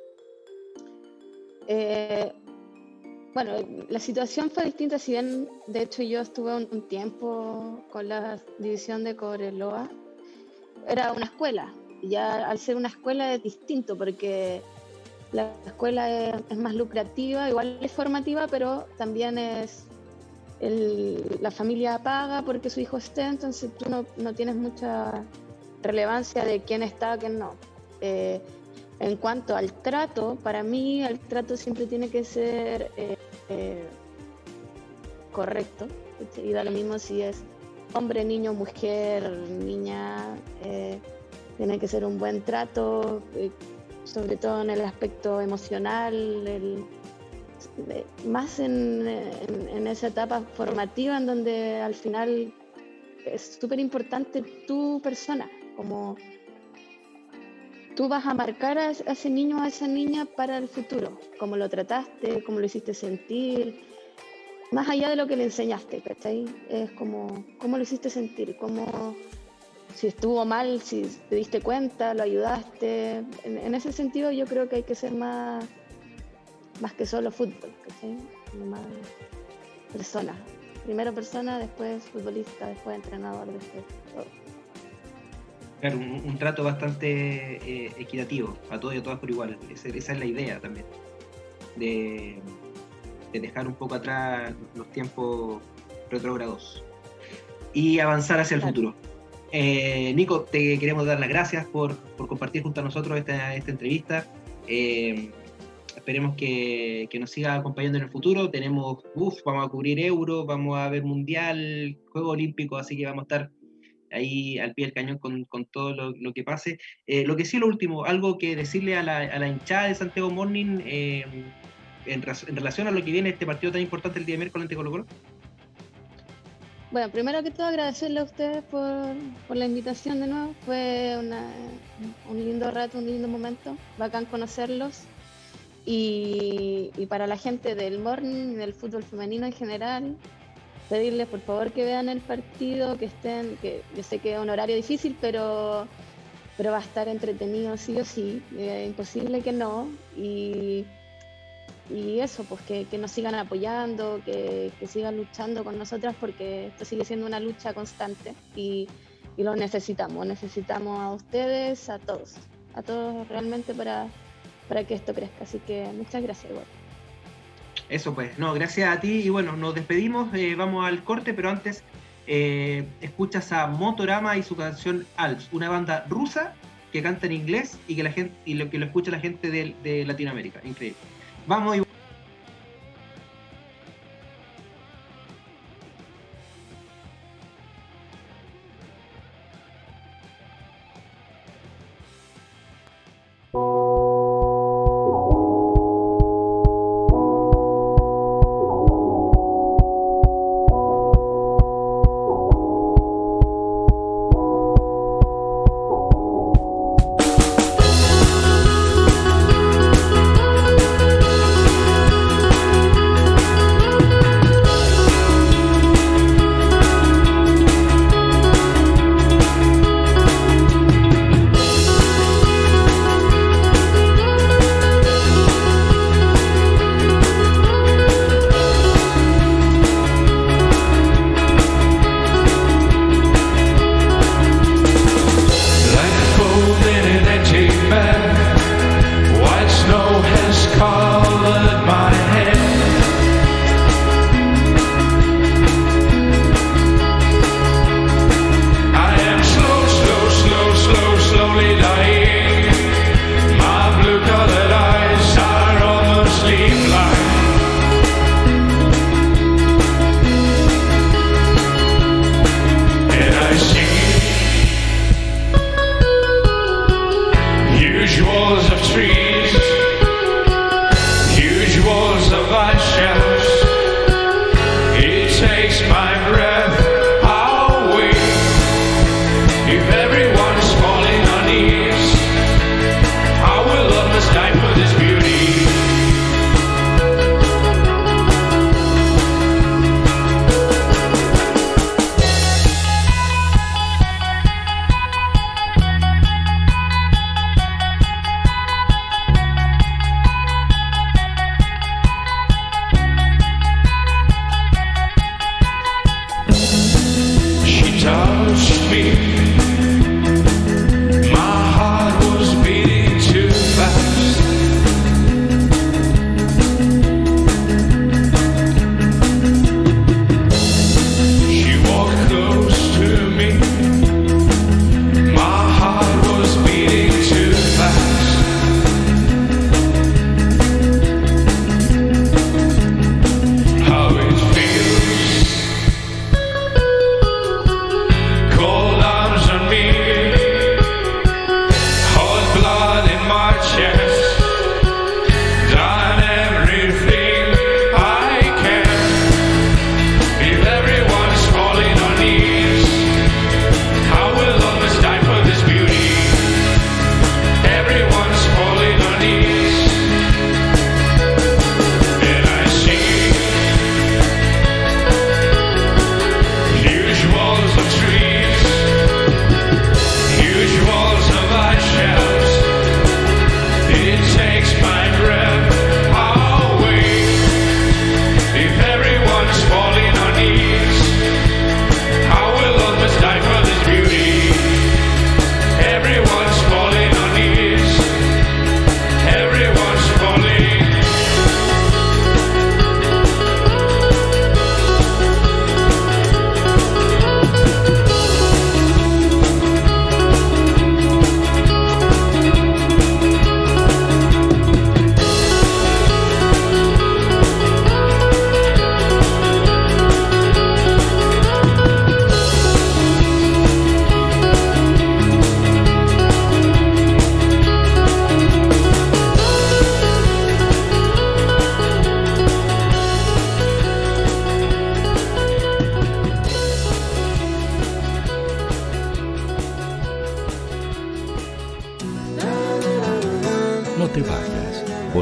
Eh, bueno, la situación fue distinta, si bien de hecho yo estuve un, un tiempo con la división de Cobreloa, era una escuela, y ya al ser una escuela es distinto porque la escuela es, es más lucrativa, igual es formativa, pero también es el, la familia paga porque su hijo esté, entonces tú no, no tienes mucha relevancia de quién está, quién no. Eh, En cuanto al trato, para mí el trato siempre tiene que ser eh, eh, correcto, ¿cachai? Y da lo mismo si es hombre, niño, mujer, niña, eh, tiene que ser un buen trato, eh, sobre todo en el aspecto emocional, el, de, más en, en, en esa etapa formativa en donde al final es súper importante tu persona, como tú vas a marcar a ese niño o a esa niña para el futuro, cómo lo trataste, cómo lo hiciste sentir, más allá de lo que le enseñaste, ¿cachai? Es como cómo lo hiciste sentir, cómo, si estuvo mal, si te diste cuenta, lo ayudaste. En, en ese sentido yo creo que hay que ser más, más que solo fútbol, ¿cachai? Más persona. Primero persona, después futbolista, después entrenador, después todo. Claro, un, un trato bastante eh, equitativo, a todos y a todas por igual. Esa, esa es la idea también, de, de dejar un poco atrás los tiempos retrógrados y avanzar hacia el claro. futuro. Eh, Nico, te queremos dar las gracias por, por compartir junto a nosotros esta, esta entrevista. Eh, esperemos que, que nos siga acompañando en el futuro. Tenemos, uff, vamos a cubrir Euro, vamos a ver Mundial, Juegos Olímpicos, así que vamos a estar ahí al pie del cañón con, con todo lo, lo que pase. Eh, lo que sí, lo último, algo que decirle a la, a la hinchada de Santiago Morning eh, en, en relación a lo que viene este partido tan importante el día de miércoles ante Colo-Colo. Bueno, primero que todo agradecerle a ustedes por, por la invitación de nuevo. Fue una, un lindo rato, un lindo momento, bacán conocerlos. Y, y para la gente del Morning, del fútbol femenino en general, pedirles por favor que vean el partido, que estén, que yo sé que es un horario difícil, pero, pero va a estar entretenido sí o sí, es imposible que no, y, y eso, pues que, que nos sigan apoyando, que, que sigan luchando con nosotras, porque esto sigue siendo una lucha constante y, y lo necesitamos, necesitamos a ustedes, a todos, a todos realmente para, para que esto crezca, así que muchas gracias igual. Eso pues, no, gracias a ti y bueno, nos despedimos, eh, vamos al corte, pero antes eh, escuchas a Motorama y su canción Alps, una banda rusa que canta en inglés y que la gente y lo que lo escucha la gente de, de Latinoamérica, increíble. Vamos y We'll be right back.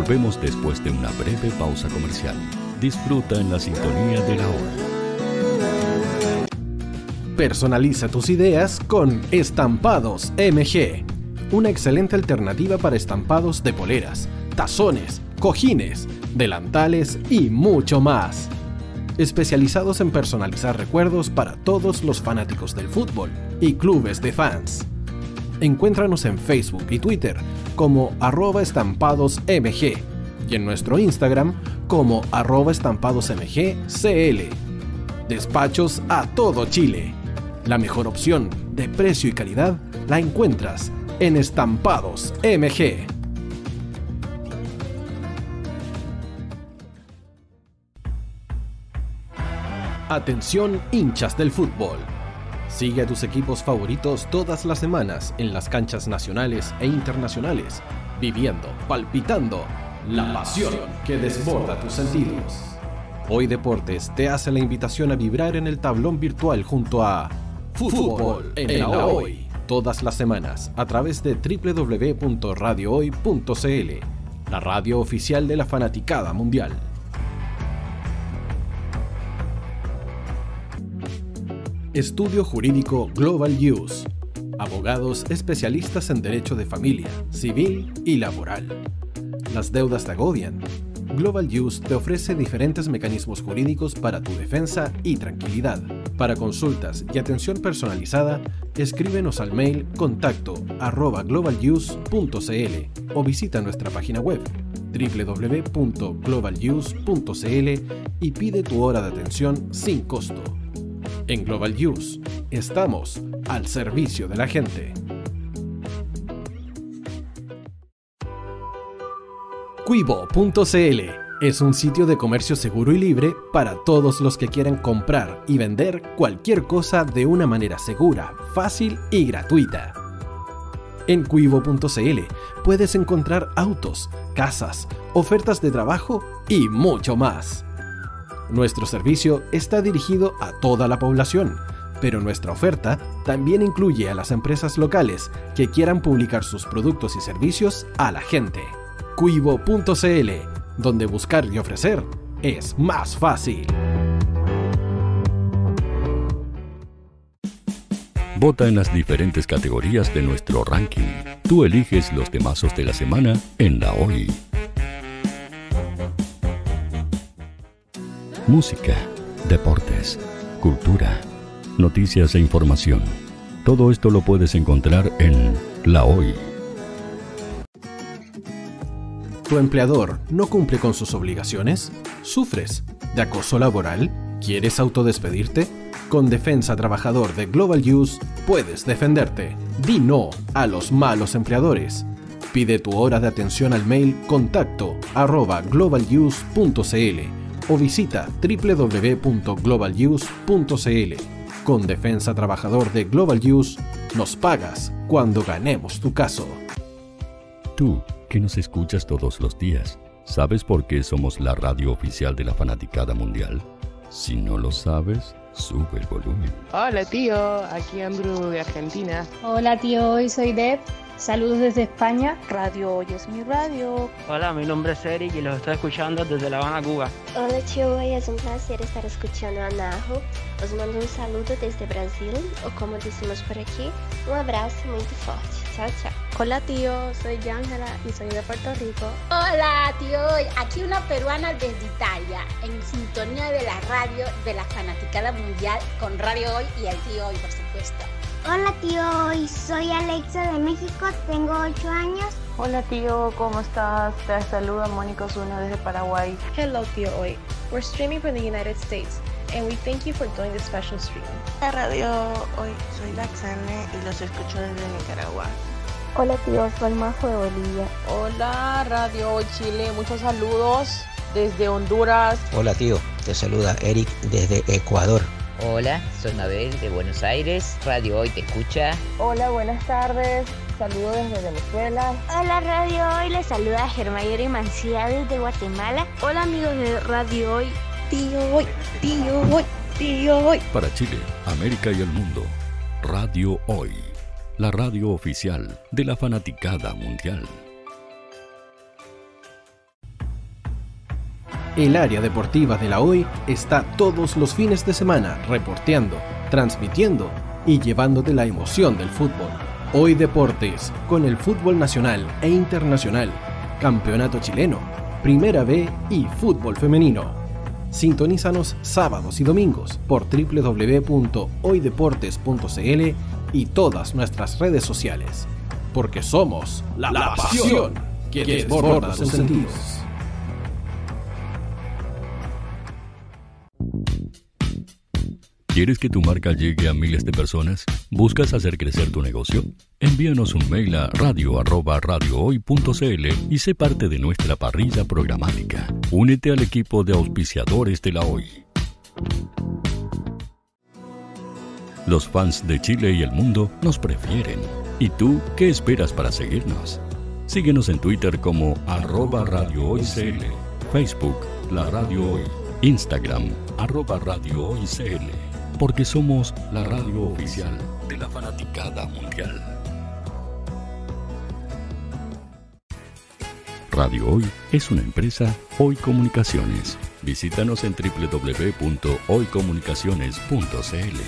Volvemos después de una breve pausa comercial. Disfruta en la sintonía de La Hora. Personaliza tus ideas con Estampados M G. Una excelente alternativa para estampados de poleras, tazones, cojines, delantales y mucho más. Especializados en personalizar recuerdos para todos los fanáticos del fútbol y clubes de fans. Encuéntranos en Facebook y Twitter como arroba estampadosmg y en nuestro Instagram como arroba estampadosmgcl. Despachos a todo Chile. La mejor opción de precio y calidad la encuentras en Estampados M G. Atención, hinchas del fútbol. Sigue a tus equipos favoritos todas las semanas en las canchas nacionales e internacionales, viviendo, palpitando la pasión que desborda tus sentidos. Hoy Deportes te hace la invitación a vibrar en el tablón virtual junto a Fútbol en la Hoy, todas las semanas a través de doble u doble u doble u punto radio hoy punto c l, la radio oficial de la fanaticada mundial. Estudio Jurídico Global Use. Abogados especialistas en derecho de familia, civil y laboral. Las deudas te agobian. Global Use te ofrece diferentes mecanismos jurídicos para tu defensa y tranquilidad. Para consultas y atención personalizada, escríbenos al mail contacto arroba globaluse punto c l o visita nuestra página web doble u doble u doble u punto global use punto c l y pide tu hora de atención sin costo. En Global Use, estamos al servicio de la gente. Quibo punto c l es un sitio de comercio seguro y libre para todos los que quieran comprar y vender cualquier cosa de una manera segura, fácil y gratuita. En Quibo punto c l puedes encontrar autos, casas, ofertas de trabajo y mucho más. Nuestro servicio está dirigido a toda la población, pero nuestra oferta también incluye a las empresas locales que quieran publicar sus productos y servicios a la gente. Quibo punto c l, donde buscar y ofrecer es más fácil. Vota en las diferentes categorías de nuestro ranking. Tú eliges los temazos de la semana en La Hoy. Música, deportes, cultura, noticias e información. Todo esto lo puedes encontrar en La Hoy. ¿Tu empleador no cumple con sus obligaciones? ¿Sufres de acoso laboral? ¿Quieres autodespedirte? Con Defensa Trabajador de Global Use puedes defenderte. Di no a los malos empleadores. Pide tu hora de atención al mail contacto arroba globaluse punto c l o visita doble u doble u doble u punto global use punto c l. Con Defensa Trabajador de Global Use, nos pagas cuando ganemos tu caso. Tú, que nos escuchas todos los días, ¿sabes por qué somos la radio oficial de la fanaticada mundial? Si no lo sabes, sube el volumen. Hola tío, aquí Andrew de Argentina. Hola tío, hoy soy Deb. Saludos desde España. Radio Hoy es mi radio. Hola, mi nombre es Eric y los estoy escuchando desde La Habana, Cuba. Hola tío, hoy es un placer estar escuchando a Najo. Os mando un saludo desde Brasil, o como decimos por aquí, un abrazo muy fuerte. Chao, chao. Hola tío, soy Ángela y soy de Puerto Rico. Hola tío, aquí una peruana desde Italia, en sintonía de la radio de la fanaticada mundial con Radio Hoy y el tío Hoy, por supuesto. Hola tío, Hoy soy Alexa de México, tengo ocho años. Hola tío, ¿cómo estás? Te saluda Mónica Osuna desde Paraguay. Hello tío Hoy, we're streaming from the United States and we thank you for doing this special stream. La radio Hoy, soy Laxane y los escucho desde Nicaragua. Hola tío, soy Majo de Bolivia. Hola Radio Hoy Chile, muchos saludos desde Honduras. Hola tío, te saluda Eric desde Ecuador. Hola, soy Mabel de Buenos Aires, Radio Hoy te escucha. Hola, buenas tardes, saludos desde Venezuela. Hola Radio Hoy, les saluda Germayori Mancía desde Guatemala. Hola amigos de Radio Hoy, tío Hoy, tío Hoy, tío Hoy. Para Chile, América y el mundo, Radio Hoy, la radio oficial de la fanaticada mundial. El área deportiva de la Hoy está todos los fines de semana reporteando, transmitiendo y llevándote la emoción del fútbol. Hoy Deportes, con el fútbol nacional e internacional, campeonato chileno, Primera B y fútbol femenino. Sintonízanos sábados y domingos por doble u doble u doble u punto hoy deportes punto c l y todas nuestras redes sociales. Porque somos la, la pasión que desborda sus sentidos. ¿Quieres que tu marca llegue a miles de personas? ¿Buscas hacer crecer tu negocio? Envíanos un mail a radio arroba radio hoy punto c l y sé parte de nuestra parrilla programática. Únete al equipo de auspiciadores de la Hoy. Los fans de Chile y el mundo nos prefieren. ¿Y tú qué esperas para seguirnos? Síguenos en Twitter como arroba radio hoy c l, Facebook, la Radio Hoy, Instagram, arroba radio hoy c l. Porque somos la radio oficial de la fanaticada mundial. Radio Hoy es una empresa Hoy Comunicaciones. Visítanos en doble u doble u doble u punto hoy comunicaciones punto c l.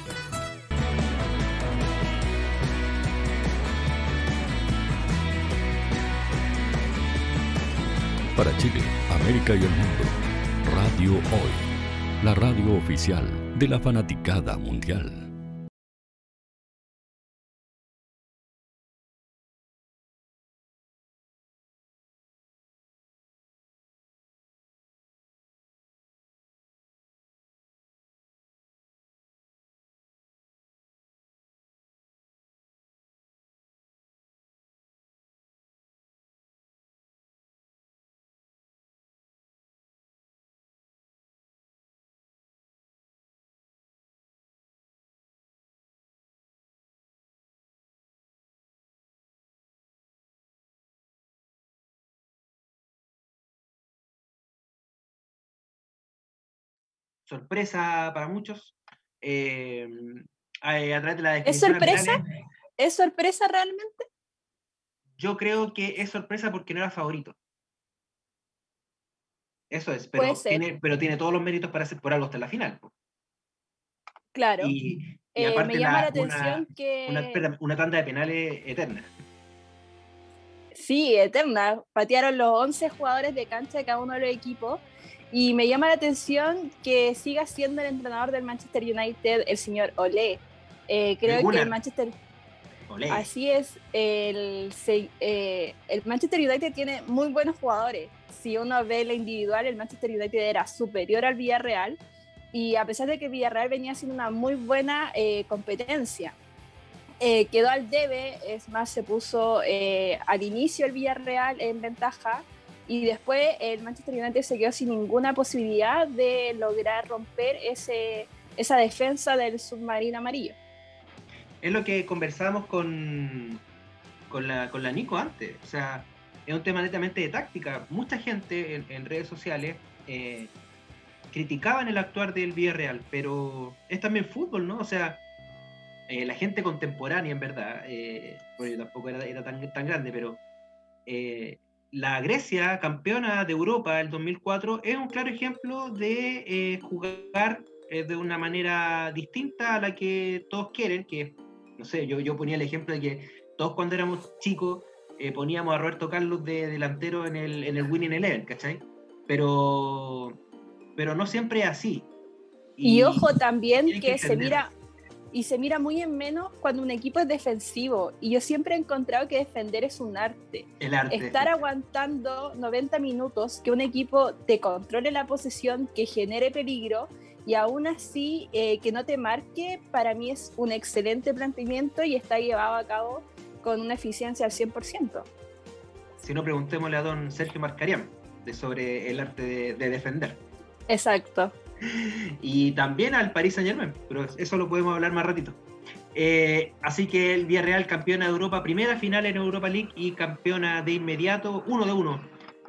Para Chile, América y el mundo, Radio Hoy, la radio oficial de la fanaticada mundial. Sorpresa para muchos. Eh, a, a través de la ¿Es definición sorpresa? penales, ¿Es sorpresa realmente? yo creo que es sorpresa porque no era favorito. Eso es, pero Puede ser. tiene, pero tiene todos los méritos para ser por algo hasta la final. po. Claro. Y, y Eh, aparte me llama la- la atención una, que... una, espera, una tanda de penales eterna. Sí, eterna. Patearon los once jugadores de cancha de cada uno de los equipos. Y me llama la atención que siga siendo el entrenador del Manchester United, el señor Olé. Eh, creo Ninguna. que el Manchester... Olé. Así es, el, se- eh, el Manchester United tiene muy buenos jugadores. Si uno ve la individual, el Manchester United era superior al Villarreal, y a pesar de que Villarreal venía haciendo una muy buena eh, competencia, eh, quedó al debe. Es más, se puso eh, al inicio el Villarreal en ventaja, y después el Manchester United se quedó sin ninguna posibilidad de lograr romper ese, esa defensa del submarino amarillo. Es lo que conversábamos con, con, la, con la Nico antes. O sea, es un tema netamente de táctica. Mucha gente en, en redes sociales eh, criticaban el actuar del Villarreal, pero es también fútbol, ¿no? O sea, eh, la gente contemporánea, en verdad, eh, porque tampoco era, era tan, tan grande, pero eh, la Grecia, campeona de Europa el dos mil cuatro, es un claro ejemplo de eh, jugar eh, de una manera distinta a la que todos quieren, que no sé, yo, yo ponía el ejemplo de que todos cuando éramos chicos eh, poníamos a Roberto Carlos de delantero en el, en el Winning Eleven, ¿cachai? Pero, pero no siempre es así. Y, y ojo también que, que se mira, y se mira muy en menos cuando un equipo es defensivo. Y yo siempre he encontrado que defender es un arte. El arte. Estar aguantando noventa minutos, que un equipo te controle la posesión, que genere peligro, y aún así eh, que no te marque, para mí es un excelente planteamiento y está llevado a cabo con una eficiencia al cien por ciento. Si no, preguntémosle a don Sergio Marcarián de sobre el arte de, de defender. Exacto. Y también al Paris Saint-Germain, pero eso lo podemos hablar más ratito. Eh, así que el Villarreal, campeona de Europa, primera final en Europa League y campeona de inmediato, uno de uno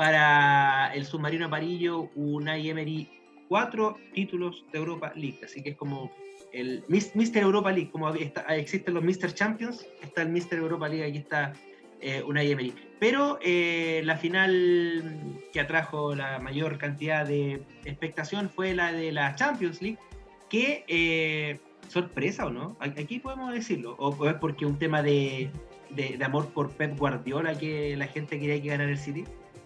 para el submarino amarillo Unai Emery. Cuatro títulos de Europa League, así que es como el mister Europa League, como está, existen los mister Champions, está el mister Europa League, aquí está eh, Unai Emery. Pero eh, la final que atrajo la mayor cantidad de expectación fue la de la Champions League, que eh, sorpresa, ¿o no? Aquí podemos decirlo, o, o es porque un tema de, de, de amor por Pep Guardiola que la gente quería que ganara el City.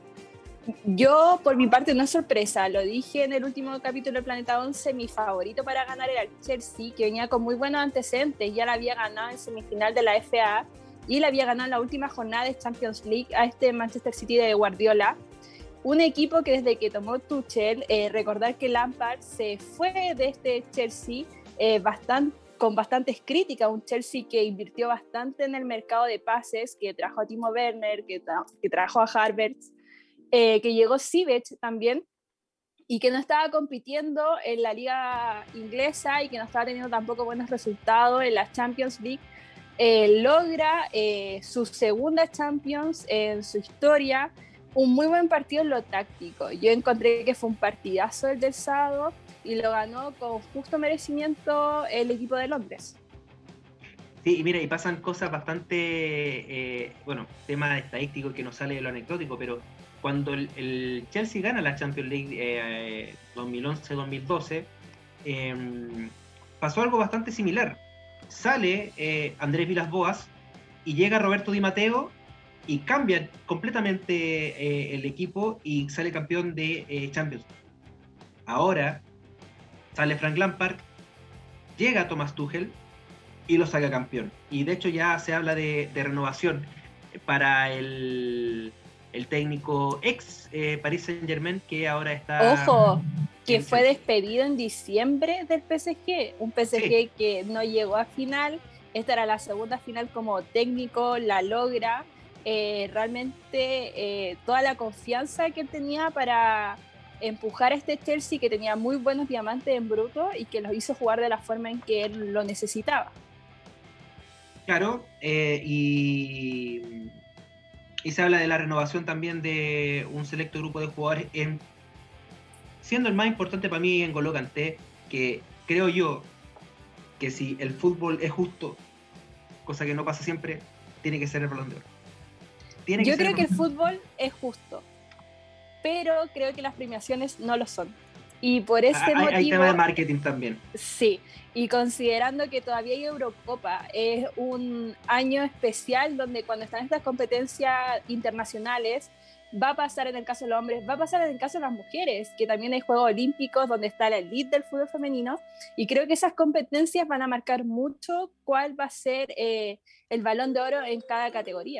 Yo, por mi parte, no es sorpresa, lo dije en el último capítulo de Planeta once, mi favorito para ganar era el Chelsea, que venía con muy buenos antecedentes, ya la había ganado en semifinal de la F A y la había ganado en la última jornada de Champions League a este Manchester City de Guardiola, un equipo que desde que tomó Tuchel, eh, recordar que Lampard se fue de este Chelsea eh, bastante, con bastantes críticas, un Chelsea que invirtió bastante en el mercado de pases, que trajo a Timo Werner, que, tra- que trajo a Havertz, Eh, que llegó Ziyech también y que no estaba compitiendo en la liga inglesa y que no estaba teniendo tampoco buenos resultados en la Champions League, eh, logra eh, su segunda Champions en su historia, un muy buen partido en lo táctico. Yo encontré que fue un partidazo el del sábado y lo ganó con justo merecimiento el equipo de Londres. Sí, y mira, y pasan cosas bastante, eh, bueno, tema estadístico que no sale de lo anecdótico, pero cuando el, el Chelsea gana la Champions League eh, dos mil once dos mil doce, eh, pasó algo bastante similar. Sale eh, Andrés Villas-Boas y llega Roberto Di Matteo y cambia completamente eh, el equipo y sale campeón de eh, Champions. Ahora sale Frank Lampard, llega Thomas Tuchel y lo saca campeón. Y de hecho ya se habla de, de renovación para el... el técnico ex eh, Paris Saint-Germain, que ahora está... Ojo, que fue despedido en diciembre del P S G, un P S G sí. que no llegó a final, esta era la segunda final como técnico, la logra, eh, realmente eh, toda la confianza que él tenía para empujar a este Chelsea, que tenía muy buenos diamantes en bruto y que los hizo jugar de la forma en que él lo necesitaba. Claro, eh, y... Y se habla de la renovación también de un selecto grupo de jugadores, en, siendo el más importante para mí en N'Golo Kanté, que creo yo que si el fútbol es justo, cosa que no pasa siempre, tiene que ser el Balón de Oro. Tiene que yo creo el que el fútbol es justo, pero creo que las premiaciones no lo son. Y por ese hay, motivo... Hay tema de marketing también. Sí, y considerando que todavía hay Eurocopa, es un año especial donde cuando están estas competencias internacionales, va a pasar en el caso de los hombres, va a pasar en el caso de las mujeres, que también hay Juegos Olímpicos donde está la elite del fútbol femenino, y creo que esas competencias van a marcar mucho cuál va a ser eh, el Balón de Oro en cada categoría.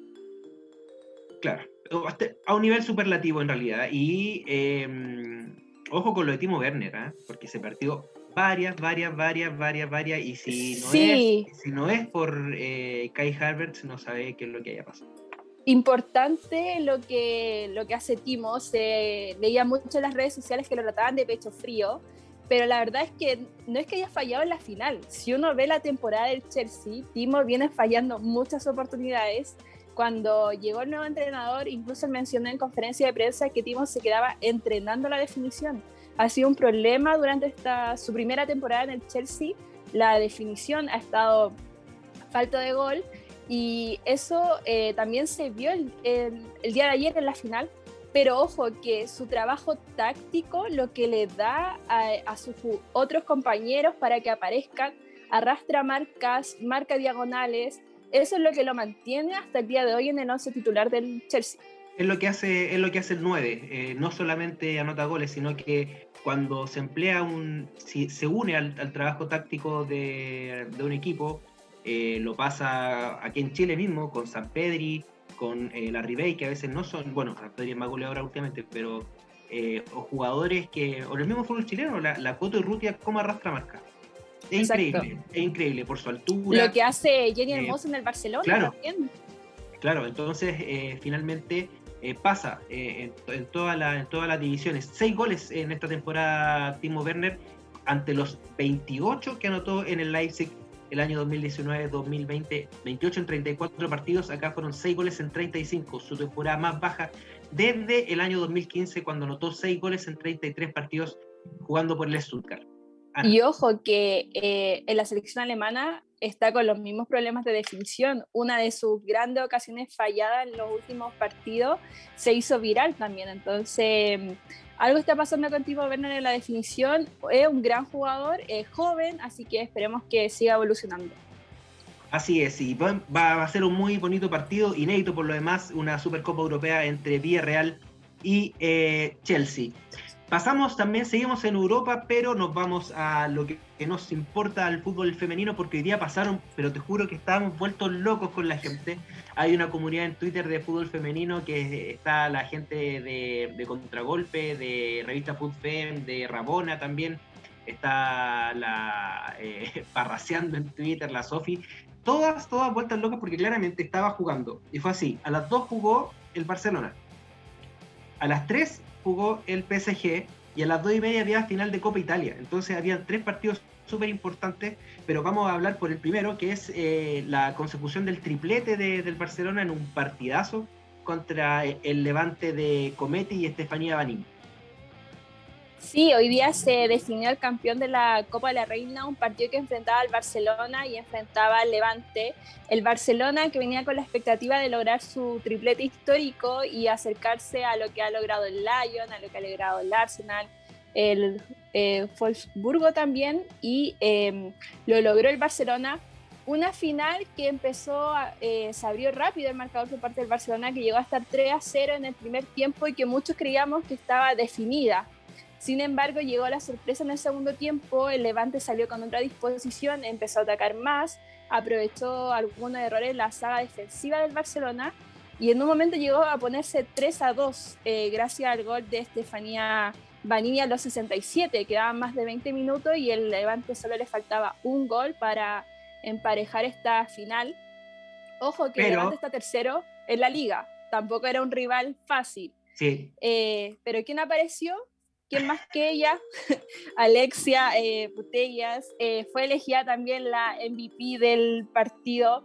Claro, a un nivel superlativo en realidad, y... Eh, ojo con lo de Timo Werner, ¿eh? Porque se partió varias, varias, varias, varias, varias, y si no, sí. es, si no es por eh, Kai Havertz, no sabe qué es lo que haya pasado. Importante lo que, lo que hace Timo, se leía mucho en las redes sociales que lo trataban de pecho frío, pero la verdad es que no es que haya fallado en la final. Si uno ve la temporada del Chelsea, Timo viene fallando muchas oportunidades. Cuando llegó el nuevo entrenador, incluso mencionó en conferencia de prensa que Timo se quedaba entrenando la definición. Ha sido un problema durante esta, su primera temporada en el Chelsea. La definición ha estado falta de gol y eso eh, también se vio el, el, el día de ayer en la final. Pero ojo que su trabajo táctico, lo que le da a, a sus otros compañeros para que aparezcan, arrastra marcas, marca diagonales. Eso es lo que lo mantiene hasta el día de hoy en el once titular del Chelsea. Es lo que hace, es lo que hace el nueve, eh, no solamente anota goles, sino que cuando se emplea un, si se une al, al trabajo táctico de, de un equipo, eh, lo pasa aquí en Chile mismo, con Sampedri, con eh, la Ribey, que a veces no son, bueno, Sampedri es más goleador últimamente, pero eh, o jugadores que, o el mismo fútbol chileno, la, la Coto y Rutia, cómo arrastra marca. Es Exacto. increíble, es increíble por su altura. Lo que hace Jenny Hermoso eh, en el Barcelona claro, también. Claro, entonces eh, finalmente eh, pasa eh, en, en, toda la, en todas las divisiones. Seis goles en esta temporada Timo Werner ante los veintiocho que anotó en el Leipzig el año dos mil diecinueve dos mil veinte. veintiocho en treinta y cuatro partidos, acá fueron seis goles en treinta y cinco, su temporada más baja desde el año dos mil quince cuando anotó seis goles en treinta y tres partidos jugando por el Stuttgart. Ana. Y ojo que eh, en la selección alemana está con los mismos problemas de definición. Una de sus grandes ocasiones falladas en los últimos partidos se hizo viral también. Entonces, algo está pasando con Timo Werner en la definición. Es un gran jugador, es joven, así que esperemos que siga evolucionando. Así es, y va, va a ser un muy bonito partido, inédito por lo demás, una Supercopa Europea entre Villarreal y eh, Chelsea. Pasamos también, seguimos en Europa, pero nos vamos a lo que, que nos importa al fútbol femenino, porque hoy día pasaron, pero te juro que estábamos vueltos locos con la gente. Hay una comunidad en Twitter de fútbol femenino que está la gente de, de Contragolpe, de Revista FutFem, de Rabona también, está la eh, Parraseando en Twitter, la Sofi, todas, todas vueltas locas porque claramente estaba jugando. Y fue así, a las dos jugó el Barcelona, a las tres jugó el P S G y a las dos y media había final de Copa Italia. Entonces habían tres partidos súper importantes, pero vamos a hablar por el primero, que es eh, la consecución del triplete de, del Barcelona en un partidazo contra el Levante de Cometti y Estefanía Banín. Sí, hoy día se definió el campeón de la Copa de la Reina, un partido que enfrentaba al Barcelona y enfrentaba al Levante. El Barcelona, que venía con la expectativa de lograr su triplete histórico y acercarse a lo que ha logrado el Lyon, a lo que ha logrado el Arsenal, el eh, Wolfsburgo también, y eh, lo logró el Barcelona. Una final que empezó, a, eh, se abrió rápido el marcador por parte del Barcelona, que llegó a estar tres a cero en el primer tiempo y que muchos creíamos que estaba definida. Sin embargo, llegó la sorpresa en el segundo tiempo, el Levante salió con otra disposición, empezó a atacar más, aprovechó algunos errores en la saga defensiva del Barcelona y en un momento llegó a ponerse tres a dos eh, gracias al gol de Estefanía Banín a los sesenta y siete, quedaban más de veinte minutos y el Levante solo le faltaba un gol para emparejar esta final. Ojo que Pero... el Levante está tercero en la liga, tampoco era un rival fácil. Sí. Eh, pero ¿quién apareció? ¿Quién más que ella? Alexia eh, Putellas, eh, fue elegida también la M V P del partido.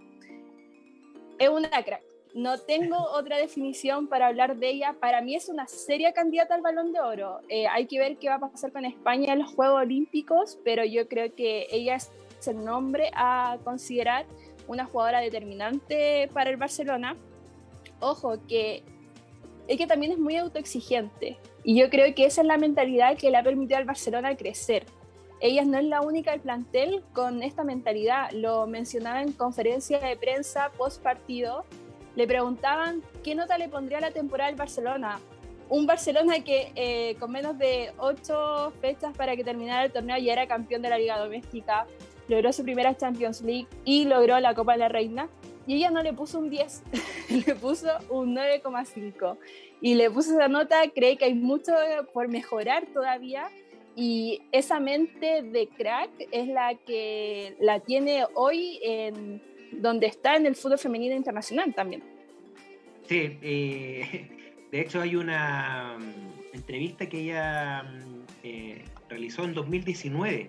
Es una crack. No tengo otra definición para hablar de ella. Para mí es una seria candidata al Balón de Oro. Eh, hay que ver qué va a pasar con España en los Juegos Olímpicos, pero yo creo que ella es el nombre a considerar, una jugadora determinante para el Barcelona. Ojo, que es que también es muy autoexigente. Y yo creo que esa es la mentalidad que le ha permitido al Barcelona crecer. Ella no es la única del plantel con esta mentalidad. Lo mencionaba en conferencia de prensa post partido. Le preguntaban qué nota le pondría a la temporada al Barcelona. Un Barcelona que eh, con menos de ocho fechas para que terminara el torneo ya era campeón de la Liga Doméstica, logró su primera Champions League y logró la Copa de la Reina. Y ella no le puso un diez, le puso un nueve coma cinco. Y le puso esa nota, cree que hay mucho por mejorar todavía. Y esa mente de crack es la que la tiene hoy en donde está en el fútbol femenino internacional también. Sí, eh, de hecho hay una um, entrevista que ella eh, realizó en dos mil diecinueve.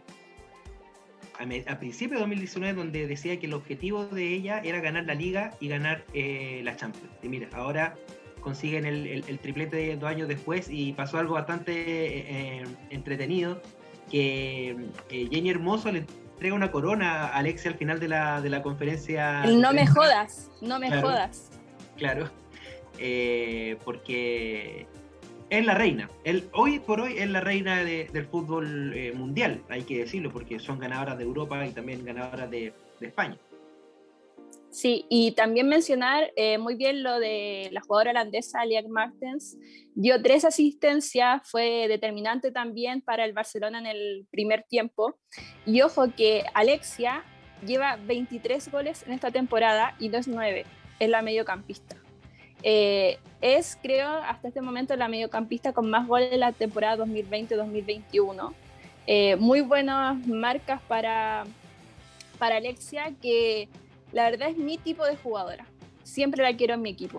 A, a principios de dos mil diecinueve, donde decía que el objetivo de ella era ganar la Liga y ganar eh, la Champions. Y mira, ahora consiguen el, el, el triplete de dos años después y pasó algo bastante eh, entretenido, que eh, Jenny Hermoso le entrega una corona a Alexia al final de la, de la conferencia. El no me jodas, no me claro, jodas. Claro, eh, porque es la reina. Él, hoy por hoy es la reina de, del fútbol eh, mundial, hay que decirlo, porque son ganadoras de Europa y también ganadoras de, de España. Sí, y también mencionar eh, muy bien lo de la jugadora holandesa Lieke Martens. Dio tres asistencias, fue determinante también para el Barcelona en el primer tiempo. Y ojo que Alexia lleva veintitrés goles en esta temporada y no es nueve, es la mediocampista. Eh, es, creo, hasta este momento la mediocampista con más goles en la temporada dos mil veinte dos mil veintiuno. Eh, muy buenas marcas para, para Alexia, que la verdad es mi tipo de jugadora. Siempre la quiero en mi equipo.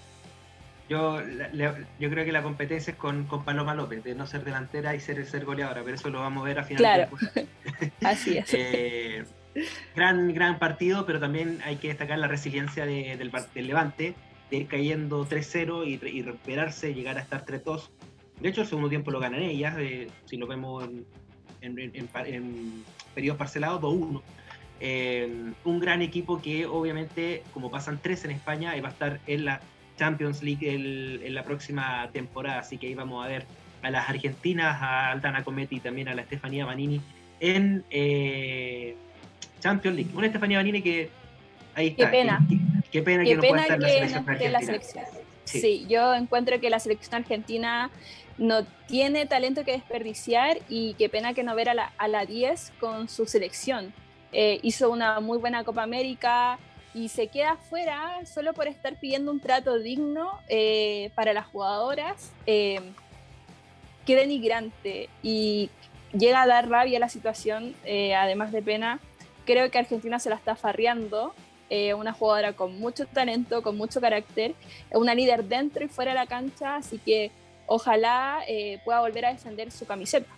Yo, la, yo creo que la competencia es con, con Paloma López, de no ser delantera y ser, ser goleadora, pero eso lo vamos a ver a final claro. de Así es. eh, gran, gran partido, pero también hay que destacar la resiliencia de, del, del Levante, de ir cayendo tres cero y, y recuperarse, llegar a estar tres dos. De hecho, el segundo tiempo lo ganan ellas, eh, si lo vemos en, en, en, en, en periodos parcelados, dos uno. Eh, un gran equipo que obviamente, como pasan tres en España, va a estar en la Champions League el, en la próxima temporada, así que ahí vamos a ver a las argentinas, a Aldana Cometti y también a la Estefanía Banini en eh, Champions League. Una Estefanía Banini que ahí está. Qué pena. Qué, qué, qué pena qué que no pena pueda estar que la selección no argentina. La selección. Sí. sí, yo encuentro que la selección argentina no tiene talento que desperdiciar y qué pena que no ver a la, a la diez con su selección. Eh, hizo una muy buena Copa América y se queda afuera solo por estar pidiendo un trato digno eh, para las jugadoras. Eh, qué denigrante y llega a dar rabia la situación, eh, además de pena. Creo que Argentina se la está farreando, eh, una jugadora con mucho talento, con mucho carácter, una líder dentro y fuera de la cancha, así que ojalá eh, pueda volver a defender su camiseta.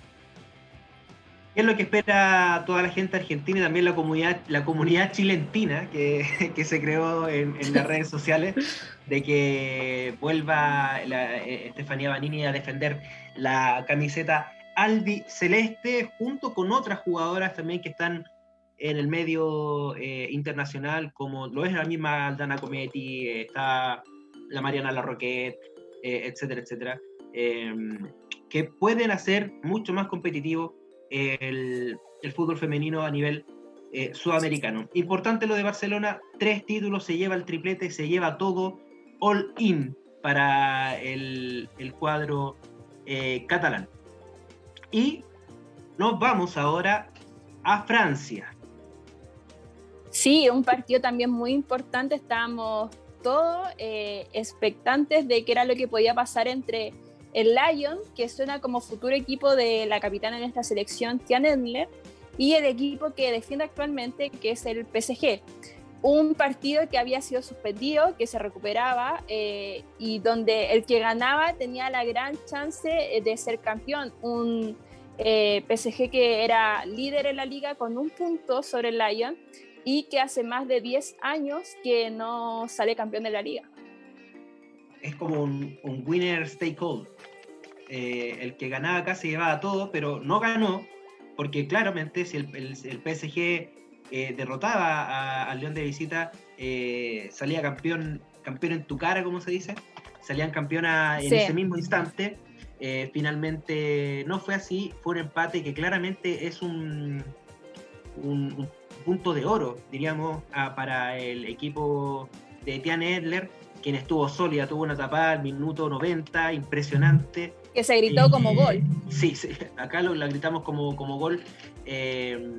Es lo que espera toda la gente argentina y también la comunidad, la comunidad chilentina que, que se creó en, en las redes sociales, de que vuelva la, eh, Estefanía Banini a defender la camiseta albiceleste, junto con otras jugadoras también que están en el medio eh, internacional, como lo es la misma Aldana Cometti, eh, está la Mariana Larroquette, eh, etcétera, etcétera, eh, que pueden hacer mucho más competitivo El, el fútbol femenino a nivel eh, sudamericano. Importante lo de Barcelona, tres títulos, se lleva el triplete, se lleva todo all in para el, el cuadro eh, catalán. Y nos vamos ahora a Francia. Sí, un partido también muy importante, estábamos todos eh, expectantes de qué era lo que podía pasar entre el Lyon, que suena como futuro equipo de la capitana de esta selección, Tiane Edler, y el equipo que defiende actualmente, que es el P S G. Un partido que había sido suspendido, que se recuperaba, eh, y donde el que ganaba tenía la gran chance de ser campeón. Un eh, P S G que era líder en la liga con un punto sobre el Lyon, y que hace más de diez años que no sale campeón de la liga. Es como un, un winner stay cold. Eh, el que ganaba acá se llevaba todo, pero no ganó, porque claramente si el, el, el P S G eh, derrotaba al León de visita, eh, salía campeón, campeón en tu cara, como se dice, salían campeonas en sí. ese mismo instante. Eh, finalmente no fue así, fue un empate que claramente es un, un, un punto de oro, diríamos, a, para el equipo de Tiane Edler, quien estuvo sólida, tuvo una tapada al minuto noventa, impresionante. Que se gritó eh, como gol. Sí, sí, acá lo, la gritamos como, como gol. Eh,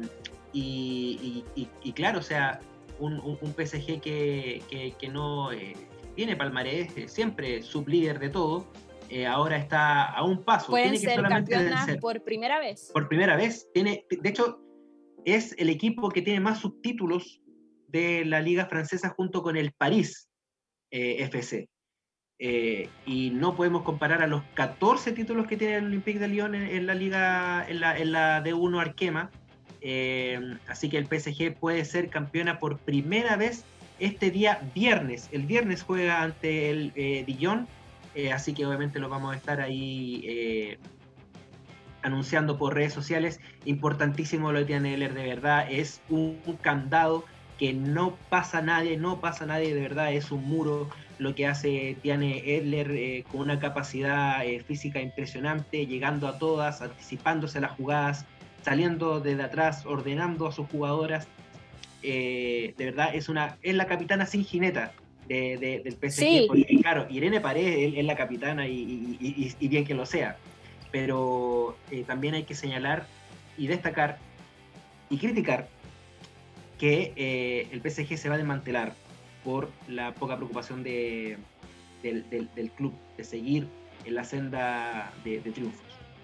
y, y, y, y claro, o sea, un, un, un P S G que, que, que no eh, tiene palmarés, eh, siempre sublíder de todo, eh, ahora está a un paso. Pueden tiene que ser solamente campeonas vencer. por primera vez. Por primera vez. Tiene, de hecho, es el equipo que tiene más subtítulos de la liga francesa junto con el París Eh, F C. Eh, y no podemos comparar a los catorce títulos que tiene el Olympique de Lyon en, en la liga, en la, en la D uno Arkema. Eh, así que el P S G puede ser campeona por primera vez este día viernes. El viernes juega ante el eh, Dijon, eh, así que obviamente lo vamos a estar ahí eh, anunciando por redes sociales. Importantísimo lo de Tiane Edler, de verdad, es un, un candado que no pasa nadie, no pasa nadie, de verdad es un muro lo que hace Tiane Edler, eh, con una capacidad eh, física impresionante, llegando a todas, anticipándose a las jugadas, saliendo desde atrás, ordenando a sus jugadoras. Eh, de verdad es una es la capitana sin jineta de, de, del P S G, sí. Porque claro, Irene Paredes es, es la capitana y, y, y, y bien que lo sea, pero eh, también hay que señalar y destacar y criticar que eh, el P S G se va a desmantelar por la poca preocupación de, del, del, del club de seguir en la senda de, de triunfos.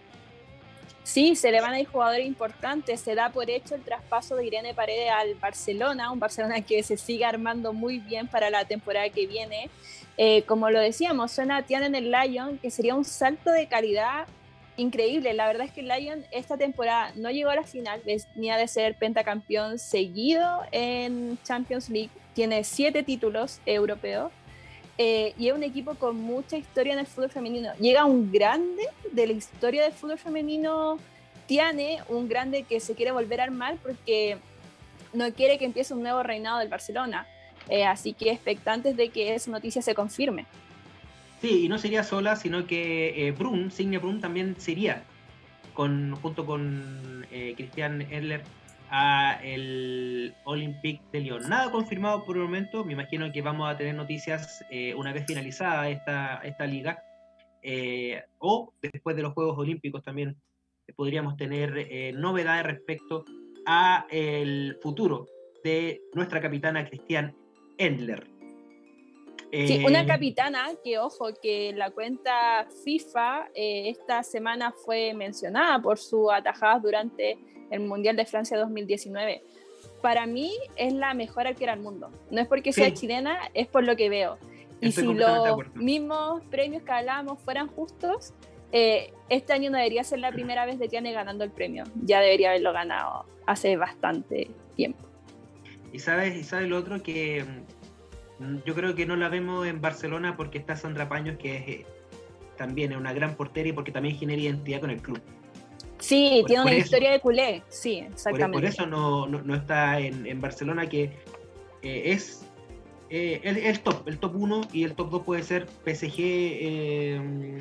Sí, se le van a ir jugadores importantes, se da por hecho el traspaso de Irene Paredes al Barcelona, un Barcelona que se sigue armando muy bien para la temporada que viene. Eh, como lo decíamos, suena a Tiane en el Lyon, que sería un salto de calidad increíble. La verdad es que el Lyon esta temporada no llegó a la final, venía de ser pentacampeón seguido en Champions League, tiene siete títulos europeos, eh, y es un equipo con mucha historia en el fútbol femenino. Llega un grande de la historia del fútbol femenino, Tiane, un grande que se quiere volver a armar porque no quiere que empiece un nuevo reinado del Barcelona. Eh, así que expectantes de que esa noticia se confirme. Sí, y no sería sola, sino que eh, Brun, Signe Brun también se iría con, junto con eh, Christian Endler a el Olympique de Lyon. Nada confirmado por el momento, me imagino que vamos a tener noticias eh, una vez finalizada esta, esta liga, eh, o después de los Juegos Olímpicos también eh, podríamos tener eh, novedades respecto a el futuro de nuestra capitana Christian Endler. Sí, eh, una capitana que, ojo, que la cuenta FIFA eh, esta semana fue mencionada por sus atajadas durante el Mundial de Francia dos mil diecinueve. Para mí es la mejor arquera del mundo. No es porque sea sí. chilena, es por lo que veo. Y Estoy si los mismos premios que hablábamos fueran justos, eh, este año no debería ser la primera vez de Tiane ganando el premio. Ya debería haberlo ganado hace bastante tiempo. Y sabes, y sabes lo otro, que yo creo que no la vemos en Barcelona porque está Sandra Paños, que es, eh, también es una gran portera y porque también genera identidad con el club. Sí, por, tiene por una eso, historia de culé, sí, exactamente. Por, por eso no, no, no está en, en Barcelona, que eh, es eh, el, el top, el top uno, y el top dos puede ser P S G, eh,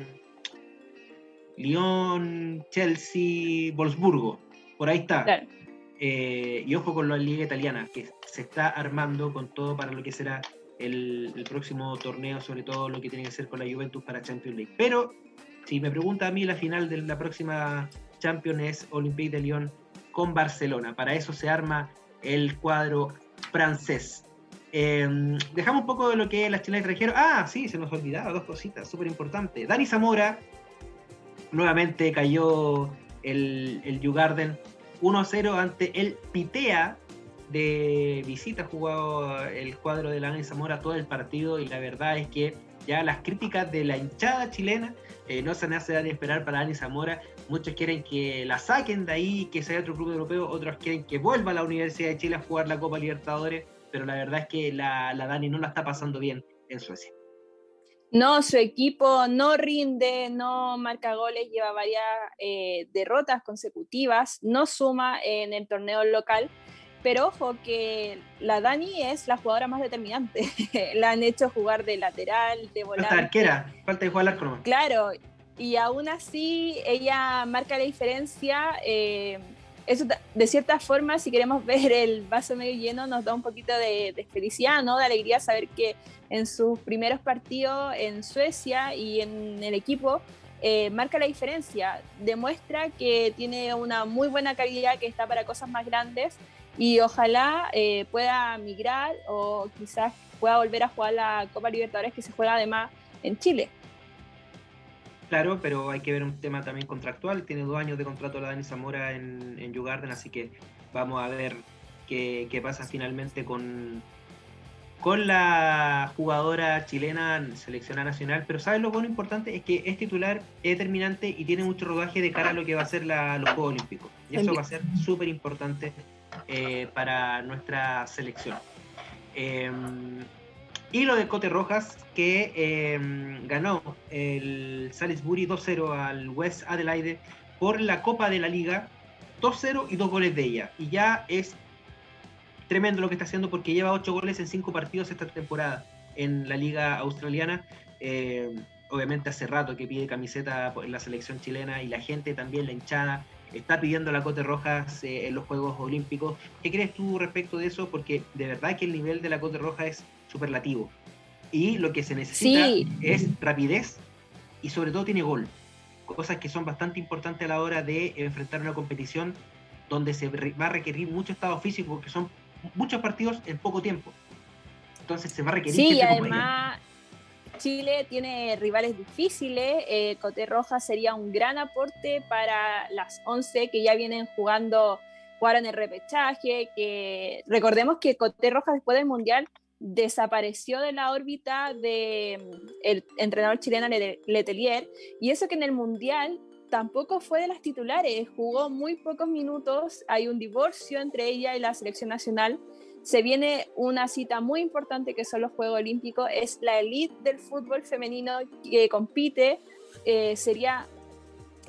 Lyon, Chelsea, Wolfsburgo, por ahí está. Claro. Eh, y ojo con la liga italiana, que se está armando con todo para lo que será el, el próximo torneo, sobre todo lo que tiene que ser con la Juventus para Champions League. Pero si me pregunta a mí, la final de la próxima Champions es Olympique de Lyon con Barcelona. Para eso se arma el cuadro francés. Eh, dejamos un poco de lo que es la chilena extranjero. Ah, sí, se nos olvidaba dos cositas súper importantes. Dani Zamora, nuevamente cayó el, el Djurgården uno a cero ante el Pitea. De visita ha jugado el cuadro de la Dani Zamora todo el partido, y la verdad es que ya las críticas de la hinchada chilena eh, no se hacen de esperar para Dani Zamora. Muchos quieren que la saquen de ahí, que sea otro club europeo, otros quieren que vuelva a la Universidad de Chile a jugar la Copa Libertadores, pero la verdad es que la, la Dani no la está pasando bien en Suecia. No, su equipo no rinde, no marca goles, lleva varias eh, derrotas consecutivas, no suma en el torneo local. Pero ojo que la Dani es la jugadora más determinante. La han hecho jugar de lateral, de volante. Esta arquera, falta de jugar al arco. Claro, y aún así ella marca la diferencia. Eh, eso de cierta forma, si queremos ver el vaso medio lleno, nos da un poquito de, de felicidad, ¿no? De alegría saber que en sus primeros partidos en Suecia y en el equipo eh, marca la diferencia. Demuestra que tiene una muy buena calidad, que está para cosas más grandes. Y ojalá eh, pueda migrar o quizás pueda volver a jugar la Copa Libertadores, que se juega además en Chile. Claro, pero hay que ver un tema también contractual. Tiene dos años de contrato la Dani Zamora en, en Djurgården, así que vamos a ver qué, qué pasa finalmente con, con la jugadora chilena seleccionada nacional. Pero ¿sabes lo bueno importante? Es que es titular, es determinante y tiene mucho rodaje de cara a lo que va a ser la, los Juegos Olímpicos. Y eso va a ser súper importante Eh, para nuestra selección. Eh, y lo de Cote Rojas, que eh, ganó el Salisbury dos cero al West Adelaide por la Copa de la Liga, dos cero y dos goles de ella. Y ya es tremendo lo que está haciendo, porque lleva ocho goles en cinco partidos esta temporada en la Liga Australiana. Eh, obviamente hace rato que pide camiseta en la selección chilena, y la gente también, la hinchada, está pidiendo la Cote Rojas eh, en los Juegos Olímpicos. ¿Qué crees tú respecto de eso? Porque de verdad que el nivel de la Cote Rojas es superlativo. Y lo que se necesita sí. es rapidez, y sobre todo tiene gol. Cosas que son bastante importantes a la hora de enfrentar una competición donde se va a requerir mucho estado físico, porque son muchos partidos en poco tiempo. Entonces se va a requerir sí, gente además, como ella. Chile tiene rivales difíciles. eh, Cote Rojas sería un gran aporte para las once que ya vienen jugando, jugaron el repechaje, que recordemos que Cote Rojas después del Mundial desapareció de la órbita del entrenador chileno Letelier, y eso que en el Mundial tampoco fue de las titulares, jugó muy pocos minutos, hay un divorcio entre ella y la selección nacional. Se viene una cita muy importante que son los Juegos Olímpicos, es la elite del fútbol femenino que compite, eh, sería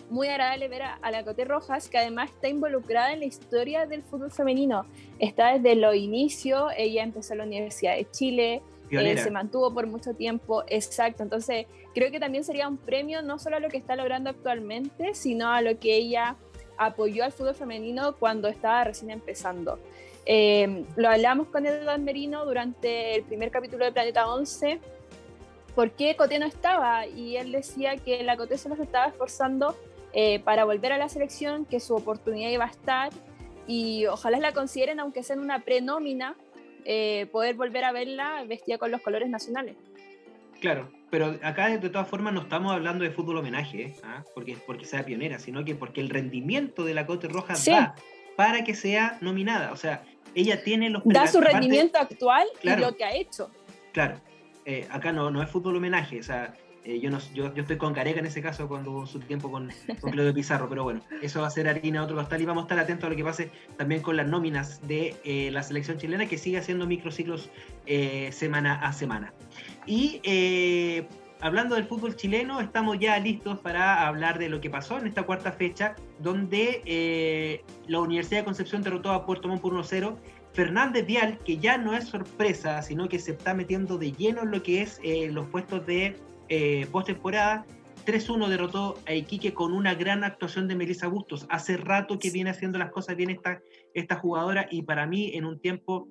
muy agradable ver a, a la Coté Rojas, que además está involucrada en la historia del fútbol femenino. Está desde los inicios, ella empezó en la Universidad de Chile, eh, se mantuvo por mucho tiempo, exacto. Entonces creo que también sería un premio no solo a lo que está logrando actualmente, sino a lo que ella apoyó al fútbol femenino cuando estaba recién empezando. Eh, lo hablamos con Eduardo Merino durante el primer capítulo de Planeta once, por qué Coté no estaba, y él decía que la Coté se nos estaba esforzando eh, para volver a la selección, que su oportunidad iba a estar, y ojalá la consideren, aunque sea en una prenómina, eh, poder volver a verla vestida con los colores nacionales. Claro, pero acá de todas formas no estamos hablando de fútbol homenaje, ¿eh? ¿Ah? porque, porque sea pionera, sino que porque el rendimiento de la Coté Rojas sí. da para que sea nominada. O sea, ella tiene los... Da su rendimiento aparte, actual, claro, y lo que ha hecho. Claro, eh, acá no, no es fútbol homenaje, o sea, eh, yo, no, yo, yo estoy con Careca en ese caso cuando hubo su tiempo con, con Claudio Pizarro, pero bueno, eso va a ser harina de otro costal y vamos a estar atentos a lo que pase también con las nóminas de eh, la selección chilena, que sigue haciendo microciclos eh, semana a semana. Y eh, hablando del fútbol chileno, estamos ya listos para hablar de lo que pasó en esta cuarta fecha, donde eh, la Universidad de Concepción derrotó a Puerto Montt por uno cero. Fernández Vial, que ya no es sorpresa, sino que se está metiendo de lleno en lo que es eh, los puestos de eh, postemporada, tres uno derrotó a Iquique con una gran actuación de Melissa Bustos. Hace rato que viene haciendo las cosas bien esta, esta jugadora, y para mí en un tiempo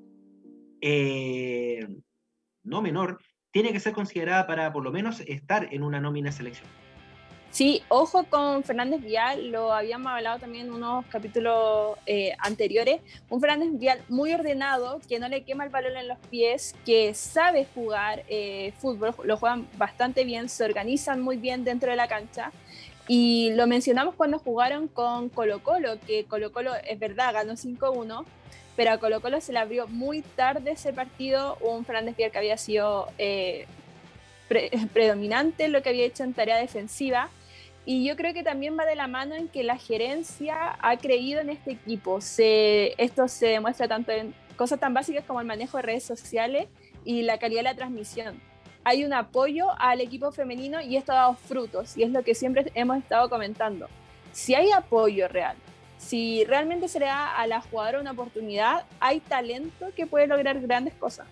eh, no menor, tiene que ser considerada para por lo menos estar en una nómina de selección. Sí, ojo con Fernández Vial, lo habíamos hablado también en unos capítulos eh, anteriores. Un Fernández Vial muy ordenado, que no le quema el balón en los pies, que sabe jugar eh, fútbol, lo juegan bastante bien, se organizan muy bien dentro de la cancha. Y lo mencionamos cuando jugaron con Colo Colo, que Colo Colo es verdad, ganó cinco uno, pero a Colo Colo se le abrió muy tarde ese partido, un Fernández Vial que había sido eh, pre predominante en lo que había hecho en tarea defensiva, y yo creo que también va de la mano en que la gerencia ha creído en este equipo. Se, esto se demuestra tanto en cosas tan básicas como el manejo de redes sociales y la calidad de la transmisión. Hay un apoyo al equipo femenino y esto ha dado frutos, y es lo que siempre hemos estado comentando. Si hay apoyo real, si realmente se le da a la jugadora una oportunidad, hay talento que puede lograr grandes cosas.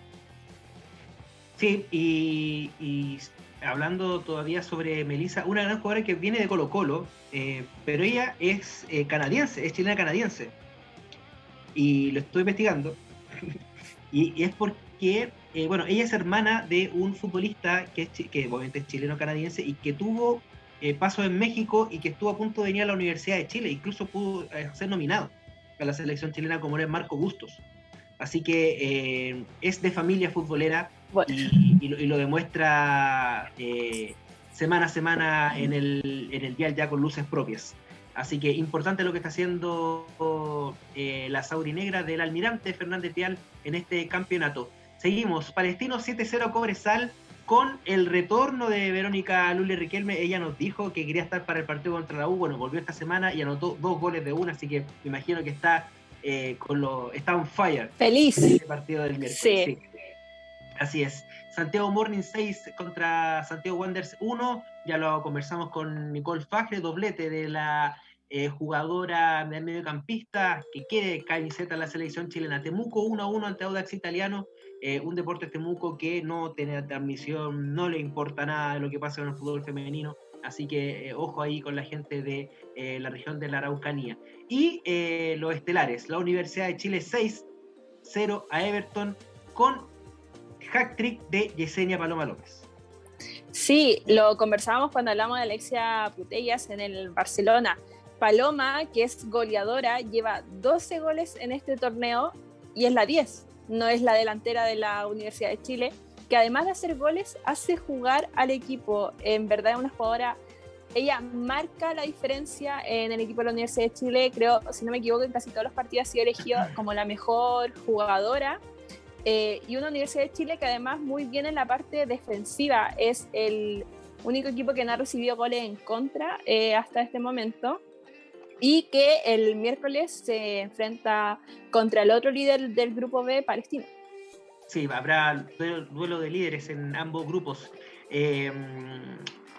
Sí, y, y hablando todavía sobre Melissa, una gran jugadora que viene de Colo Colo, eh, pero ella es eh, canadiense, es chilena canadiense. Y lo estoy investigando. y, y es porque, eh, bueno, ella es hermana de un futbolista que, es, que obviamente es chileno-canadiense y que tuvo eh, paso en México y que estuvo a punto de venir a la Universidad de Chile. Incluso pudo eh, ser nominado a la selección chilena, como era Marco Bustos. Así que eh, es de familia futbolera. Bueno. y, y, lo, y lo demuestra eh, semana a semana en el, en el dial ya con luces propias. Así que importante lo que está haciendo eh, la Saurinegra del Almirante Fernández Vial en este campeonato. Seguimos, Palestino siete cero Cobresal, con el retorno de Verónica Lule Riquelme. Ella nos dijo que quería estar para el partido contra la U. Bueno, volvió esta semana y anotó dos goles de una, así que me imagino que está eh, con lo, está on fire. Feliz. En este partido del miércoles. Sí. Sí. Así es. Santiago Morning seis contra Santiago Wanderers uno. Ya lo conversamos con Nicole Fagre, doblete de la eh, jugadora del mediocampista que quiere camiseta en la selección chilena. Temuco uno a uno ante Audax Italiano. Eh, un Deportes Temuco que no tiene transmisión, no le importa nada de lo que pasa en el fútbol femenino. Así que eh, ojo ahí con la gente de eh, la región de la Araucanía. Y eh, los estelares, la Universidad de Chile seis cero a Everton con hat-trick de Yesenia Paloma López. Sí, lo conversábamos cuando hablamos de Alexia Putellas en el Barcelona. Paloma, que es goleadora, lleva doce goles en este torneo y es la diez, no es la delantera de la Universidad de Chile, que además de hacer goles, hace jugar al equipo. En verdad es una jugadora, ella marca la diferencia en el equipo de la Universidad de Chile. Creo, si no me equivoco, en casi todos los partidos ha sido elegida como la mejor jugadora. Eh, y una Universidad de Chile que además muy bien en la parte defensiva, es el único equipo que no ha recibido goles en contra eh, hasta este momento, y que el miércoles se enfrenta contra el otro líder del grupo B, Palestino. Sí, habrá duelo de líderes en ambos grupos. Eh,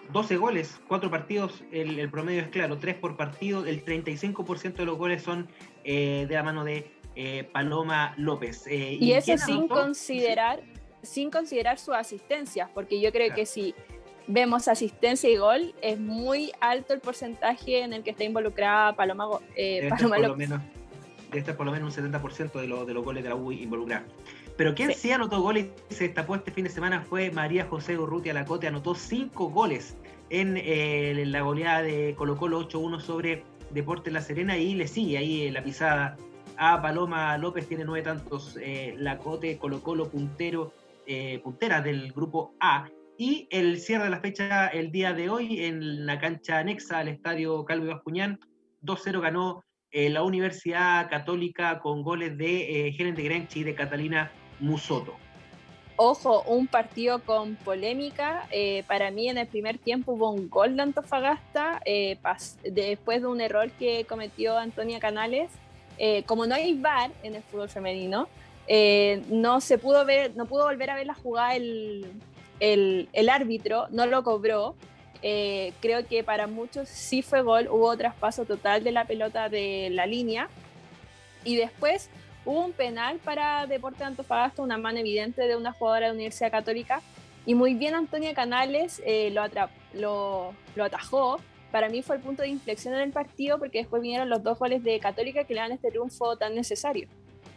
doce goles, cuatro partidos, el, el promedio es claro, tres por partido, el treinta y cinco por ciento de los goles son eh, de la mano de eh, Paloma López. Eh, y, y eso sin considerar, ¿sí? sin considerar sus asistencias, porque yo creo claro. que si vemos asistencia y gol, es muy alto el porcentaje en el que está involucrada Paloma, eh, Paloma López. Menos, debe estar por lo menos un setenta por ciento de, lo, de los goles de la U involucrados. Pero quien sí. sí anotó goles y se destapó este fin de semana fue María José Urrutia Lacote, anotó cinco goles en, eh, en la goleada de Colo-Colo ocho uno sobre Deportes La Serena, y le sigue ahí en la pisada a Paloma López, tiene nueve tantos, eh, Lacote, Colo-Colo puntero, eh, puntera del grupo A. Y el cierre de la fecha el día de hoy en la cancha anexa al estadio Calvo Bascuñán, dos cero ganó eh, la Universidad Católica con goles de eh, Helen de Grenchi y de Catalina Musoto. Ojo, un partido con polémica. Eh, para mí en el primer tiempo hubo un gol de Antofagasta eh, pas- después de un error que cometió Antonia Canales. Eh, como no hay V A R en el fútbol femenino, eh, no se pudo ver, no pudo volver a ver la jugada el, el, el árbitro, no lo cobró. Eh, creo que para muchos sí fue gol, hubo traspaso total de la pelota de la línea, y después hubo un penal para Deportes de Antofagasta, una mano evidente de una jugadora de la Universidad Católica, y muy bien Antonia Canales eh, lo, atra- lo, lo atajó. Para mí fue el punto de inflexión en el partido, porque después vinieron los dos goles de Católica que le dan este triunfo tan necesario.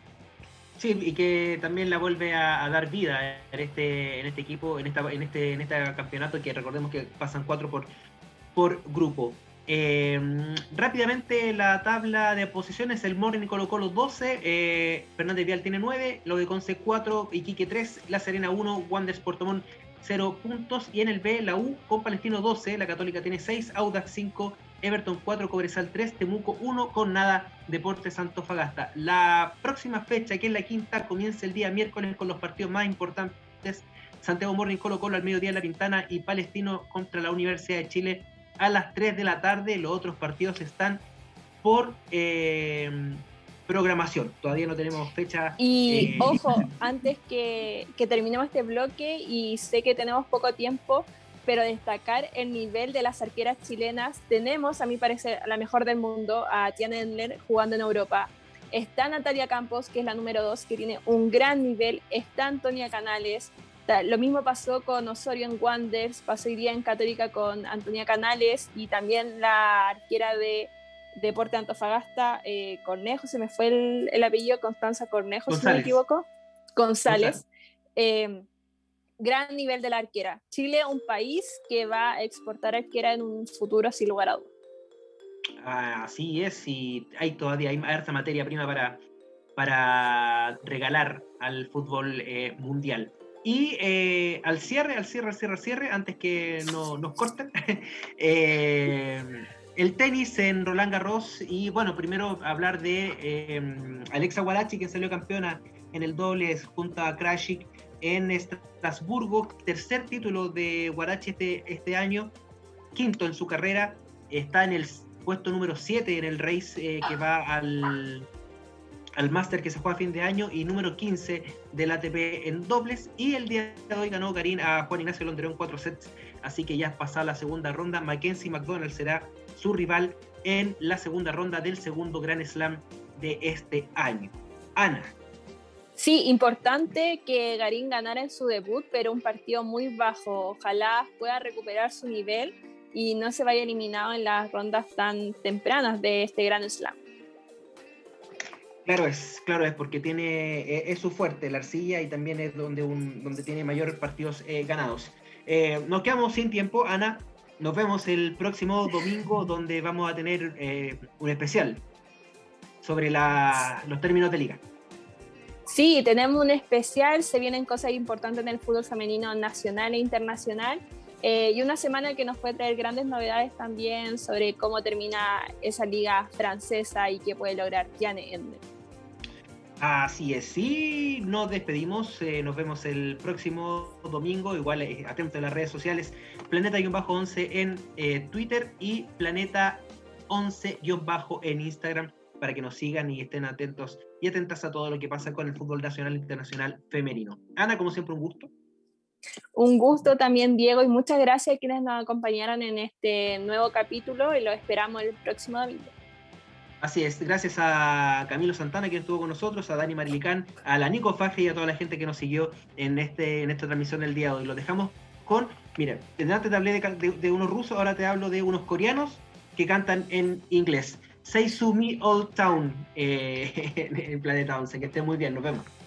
Sí, y que también la vuelve a, a dar vida en este, en este equipo, en esta, en este, en este campeonato, que recordemos que pasan cuatro por, por grupo. Eh, rápidamente la tabla de posiciones: el Morning Colo-Colo doce, eh, Fernández Vial tiene nueve, Lo de Conce cuatro, Iquique tres, La Serena uno, Wanderers Puerto Montt cero puntos, y en el B la U con Palestino doce, la Católica tiene seis, Audax cinco, Everton cuatro, Cobresal tres, Temuco uno, con nada Deportes Antofagasta. La próxima fecha, que es la quinta, comienza el día miércoles con los partidos más importantes: Santiago Morning Colo-Colo al mediodía en La Pintana, y Palestino contra la Universidad de Chile a las tres de la tarde. Los otros partidos están por eh, programación, todavía no tenemos fecha. Y eh, ojo, antes que, que terminemos este bloque, y sé que tenemos poco tiempo, pero destacar el nivel de las arqueras chilenas. Tenemos, a mi parecer, a la mejor del mundo, a Tiana Endler jugando en Europa. Está Natalia Campos, que es la número dos, que tiene un gran nivel. Está Antonia Canales. Lo mismo pasó con Osorio en Wanderers, pasó hoy día en Católica con Antonia Canales, y también la arquera de Deportes Antofagasta, eh, Cornejo, se me fue el, el apellido, Constanza Cornejo, González. Si no me equivoco. González. González. Eh, gran nivel de la arquera. Chile, un país que va a exportar arquera en un futuro, sin lugar a dudas. Así es, y hay todavía hay harta materia prima para, para regalar al fútbol eh, mundial. Y eh, al cierre, al cierre, al cierre, al cierre, antes que no, nos corten, eh, el tenis en Roland Garros. Y bueno, primero hablar de eh, Alexa Guarachi, que salió campeona en el dobles junto a Krajicek en Estrasburgo. Tercer título de Guarachi este, este año, quinto en su carrera. Está en el puesto número siete en el race eh, que va al... al Master que se juega a fin de año, y número quince del A T P en dobles. Y el día de hoy ganó Garín a Juan Ignacio Londerón cuatro sets, así que ya es pasada la segunda ronda. Mackenzie McDonald será su rival en la segunda ronda del segundo Grand Slam de este año. Ana. Sí, importante que Garín ganara en su debut, pero un partido muy bajo. Ojalá pueda recuperar su nivel y no se vaya eliminado en las rondas tan tempranas de este Grand Slam. Claro es, claro es, porque tiene, es su fuerte la arcilla, y también es donde, un, donde tiene mayores partidos eh, ganados. Eh, nos quedamos sin tiempo, Ana. Nos vemos el próximo domingo, donde vamos a tener eh, un especial sobre la, los términos de liga. Sí, tenemos un especial, se vienen cosas importantes en el fútbol femenino nacional e internacional. Eh, y una semana que nos puede traer grandes novedades también sobre cómo termina esa liga francesa y qué puede lograr Tiane Endler. Así es, sí, nos despedimos, eh, nos vemos el próximo domingo, igual eh, atentos a las redes sociales, Planeta once en eh, Twitter y Planeta once en Instagram, para que nos sigan y estén atentos y atentas a todo lo que pasa con el fútbol nacional e internacional femenino. Ana, como siempre, un gusto. Un gusto también, Diego, y muchas gracias a quienes nos acompañaron en este nuevo capítulo y lo esperamos el próximo domingo. Así es, gracias a Camilo Santana, que estuvo con nosotros, a Dani Marilicán, a la Nico Faje y a toda la gente que nos siguió en, este, en esta transmisión del día de hoy. Los dejamos con, mira, antes te hablé de, de, de unos rusos, ahora te hablo de unos coreanos que cantan en inglés. Say to me old town, eh, en Planeta once. Que estén muy bien, nos vemos.